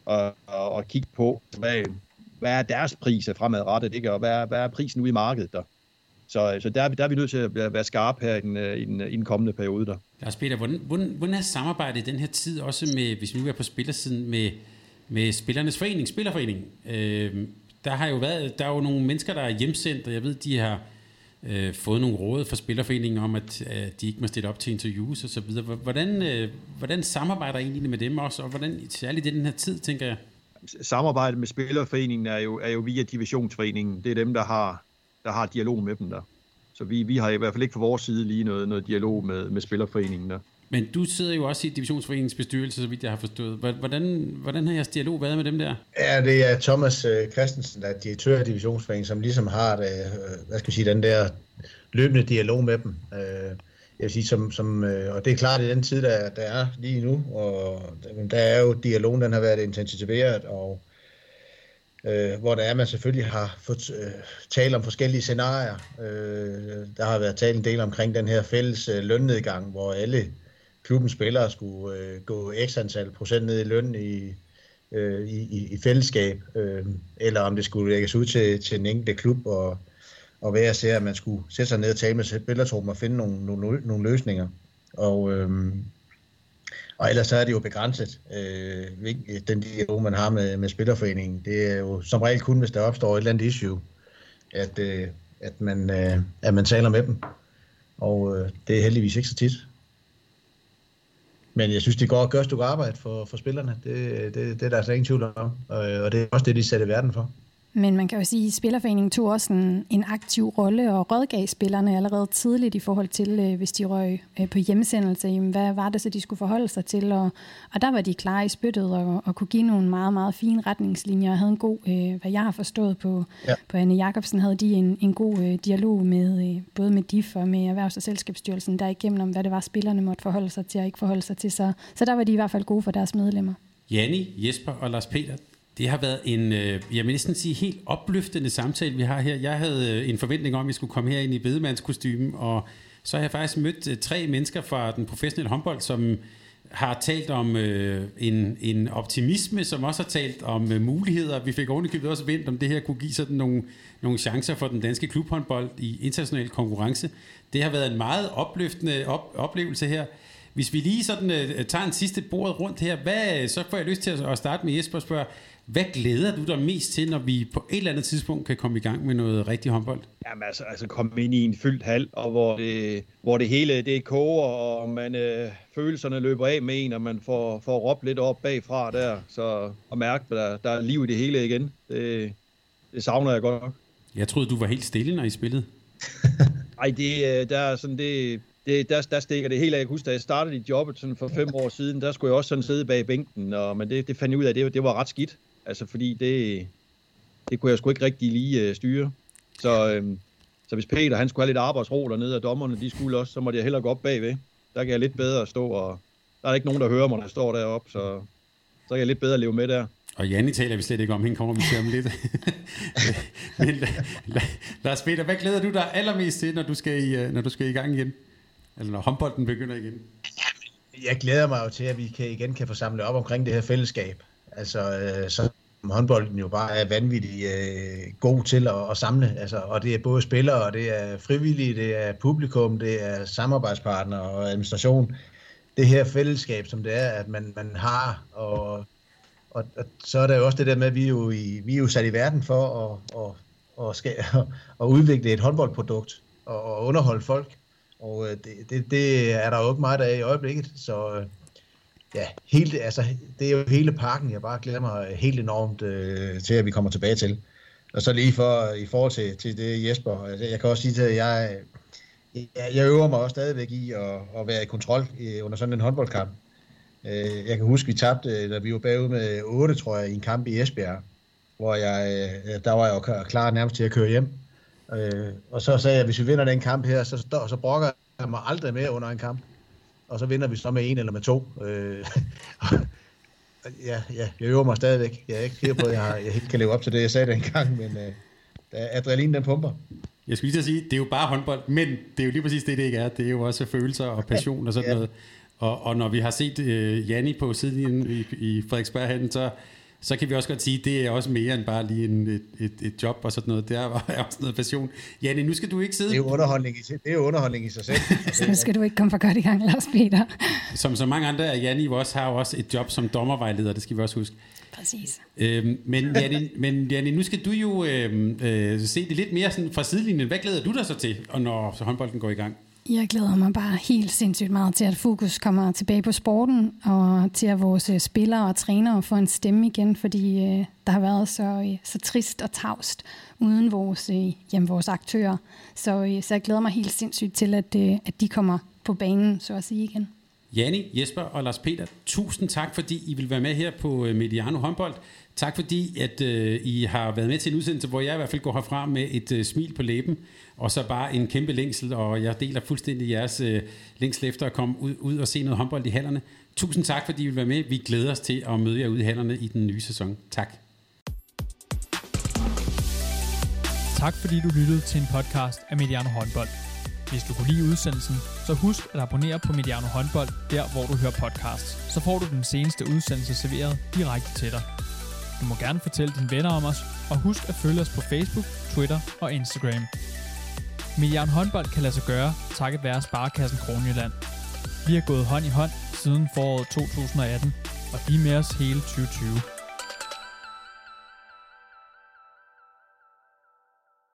og, og, og kigge på, hvad, hvad er deres priser fremadrettet, ikke? Og hvad er, hvad er prisen ude i markedet der. Så, så der, der er vi nødt til at være skarpe her i den, i den, i den kommende periode der. Lars Peter, hvordan, hvordan, hvordan er samarbejdet i den her tid også med, hvis vi nu er på spillersiden, med, med Spillernes Forening, Spillerforeningen? Øh, der har jo været, der er jo nogle mennesker, der er hjemsendt, og jeg ved, de har øh, fået nogle råd fra Spillerforeningen om, at øh, de ikke må stille op til interviews og så videre. Hvordan, øh, hvordan samarbejder I egentlig med dem også, og hvordan, særligt i den her tid, tænker jeg? Samarbejdet med Spillerforeningen er jo, er jo via Divisionsforeningen. Det er dem, der har, der har dialog med dem der. Så vi, vi har i hvert fald ikke fra vores side lige noget, noget dialog med, med Spillerforeningen der. Men du sidder jo også i Divisionsforeningens bestyrelse, så vidt jeg har forstået. Hvordan, hvordan har jeres dialog været med dem der? Ja, det er Thomas Christensen, der er direktør af Divisionsforeningen, som ligesom har det, hvad skal jeg sige, den der løbende dialog med dem. Jeg vil sige, som, som, og det er klart i den tid, der, der er lige nu, og der er jo dialogen, den har været intensiveret, og øh, hvor der er, man selvfølgelig har fået øh, talt om forskellige scenarier. Øh, der har været talt en del omkring den her fælles øh, lønnedgang, hvor alle klubbens spillere skulle øh, gå x antal procent ned i løn i, øh, i, i fællesskab, øh, eller om det skulle lægges ud til, til en enkelt klub, og, og hvad jeg ser, at man skulle sætte sig ned og tale med spillertruppen og finde nogle, nogle, nogle løsninger. Og, øh, og ellers så er det jo begrænset, øh, den dialog, man har med, med Spillerforeningen. Det er jo som regel kun, hvis der opstår et eller andet issue, at, øh, at, man, øh, at man taler med dem. Og øh, det er heldigvis ikke så tit. Men jeg synes, det går at gøre et stykke arbejde for, for spillerne. Det, det, det er der altså ingen tvivl om. Og det er også det, de sætter verden for. Men man kan jo sige, at Spillerforeningen tog også en, en aktiv rolle og rådgav spillerne allerede tidligt i forhold til, øh, hvis de røg øh, på hjemsendelse. Jamen, hvad var det så, de skulle forholde sig til? Og, og der var de klare i spyttet og, og kunne give nogle meget, meget fine retningslinjer. Og havde en god, øh, hvad jeg har forstået på, ja. på Anne Jacobsen, havde de en, en god øh, dialog med øh, både med D I F og med Erhvervs- og Selskabsstyrelsen derigennem om, hvad det var, spillerne måtte forholde sig til og ikke forholde sig til. Så, så der var de i hvert fald gode for deres medlemmer. Janni, Jesper og Lars Peter, det har været en, jeg vil næsten sige, helt opløftende samtale, vi har her. Jeg havde en forventning om, at vi skulle komme her ind i bedemandskostymen, og så har jeg faktisk mødt tre mennesker fra den professionelle håndbold, som har talt om øh, en, en optimisme, som også har talt om øh, muligheder. Vi fik ovenikøbet også vendt, om det her kunne give sådan nogle, nogle chancer for den danske klubhåndbold i international konkurrence. Det har været en meget opløftende op, oplevelse her. Hvis vi lige sådan øh, tager en sidste bord rundt her, hvad, så får jeg lyst til at, at starte med Jesper og spørge, hvad glæder du dig mest til, når vi på et eller andet tidspunkt kan komme i gang med noget rigtig håndbold? Jamen altså, altså komme ind i en fyldt hal, og hvor det, hvor det hele det koger, og man øh, følelserne løber af med en, og man får, får råbt lidt op bagfra der, så at mærke, at der, der er liv i det hele igen. Det, det savner jeg godt nok. Jeg troede, du var helt stille, når I spillede. Ej, det, der er sådan det... Det, der, der stikker det helt af. Jeg husker, da jeg startede i jobbet sådan for fem år siden, der skulle jeg også sådan sidde bag bænken, og, men det, det fandt jeg ud af, det, det var ret skidt. Altså, fordi det, det kunne jeg sgu ikke rigtig lige uh, styre. Så, øhm, så hvis Peter, han skulle have lidt arbejdsro dernede, og dommerne, de skulle også, så måtte jeg hellere gå op bagved. Der kan jeg lidt bedre stå, og der er ikke nogen, der hører mig, når jeg står deroppe, så, så kan jeg lidt bedre leve med der. Og Janni taler vi slet ikke om, hende kommer vi til om lidt. Men Lars Peter, hvad glæder du dig allermest til, når du skal i, når du skal i gang igen? Eller når håndbolden begynder igen? Jeg glæder mig jo til, at vi kan, igen kan få samlet op omkring det her fællesskab. Altså, øh, så håndbolden jo bare er vanvittigt øh, god til at, at samle. Altså, og det er både spillere, og det er frivillige, det er publikum, det er samarbejdspartnere og administration. Det her fællesskab, som det er, at man, man har, og, og, og så er der jo også det der med, at vi er jo, i, vi er jo sat i verden for at, og, og skal, at udvikle et håndboldprodukt og, og underholde folk. Og det, det, det er der jo ikke meget af i øjeblikket, så ja, helt, altså, det er jo hele pakken, jeg bare glæder mig helt enormt øh, til, at vi kommer tilbage til. Og så lige for, i forhold til, til det Jesper, jeg kan også sige til, at jeg, jeg, jeg øver mig også stadigvæk i at, at være i kontrol i, under sådan en håndboldkamp. Jeg kan huske, vi tabte, da vi var bagud med otte, tror jeg, i en kamp i Esbjerg, hvor jeg, der var jeg jo klar nærmest til at køre hjem. Øh, og så sagde jeg, at hvis vi vinder den kamp her, så, så, så brokker jeg mig aldrig mere under en kamp. Og så vinder vi så med en eller med to. Øh, ja, ja, jeg øver mig stadigvæk. Jeg er ikke sikker på, at jeg, har, jeg helt kan leve op til det, jeg sagde dengang, men øh, adrenalin, den pumper. Jeg skulle lige sige, det er jo bare håndbold, men det er jo lige præcis det, det ikke er. Det er jo også følelser og passion og sådan ja. noget. Og, og når vi har set øh, Janni på siden i, i Frederiksberghallen, så så kan vi også godt sige, at det er også mere end bare lige en, et, et, et job og sådan noget. Det er også noget passion. Janne, nu skal du ikke sidde... Det er jo underholdning i, det er jo underholdning i sig selv. Så skal du ikke komme for godt i gang, Lars Peter. Som så mange andre af Janne også har også et job som dommervejleder, det skal vi også huske. Præcis. Øhm, men, Janne, men Janne, nu skal du jo øh, øh, se det lidt mere sådan fra sidelinjen. Hvad glæder du dig så til, når så håndbolden går i gang? Jeg glæder mig bare helt sindssygt meget til, at fokus kommer tilbage på sporten, og til at vores spillere og trænere får en stemme igen, fordi øh, der har været så, øh, så trist og tavst uden vores, øh, jamen, vores aktører. Så, øh, så jeg glæder mig helt sindssygt til, at, øh, at de kommer på banen, så at sige igen. Janne, Jesper og Lars Peter, tusind tak, fordi I vil være med her på Mediano Håndbold. Tak fordi, at øh, I har været med til en udsendelse, hvor jeg i hvert fald går herfra med et øh, smil på læben, og så bare en kæmpe længsel, og jeg deler fuldstændig jeres øh, længsel efter at komme ud, ud og se noget håndbold i hallerne. Tusind tak, fordi I vil være med. Vi glæder os til at møde jer ude i hallerne i den nye sæson. Tak. Tak fordi du lyttede til en podcast af Mediano Håndbold. Hvis du kunne lide udsendelsen, så husk at abonnere på Mediano Håndbold, der hvor du hører podcasts. Så får du den seneste udsendelse serveret direkte til dig. Du må gerne fortælle dine venner om os, og husk at følge os på Facebook, Twitter og Instagram. Mediano Håndbold kan lade sig gøre, takket være Sparekassen Kronjylland. Vi har gået hånd i hånd siden foråret to tusind og atten, og de er med os hele tyve tyve.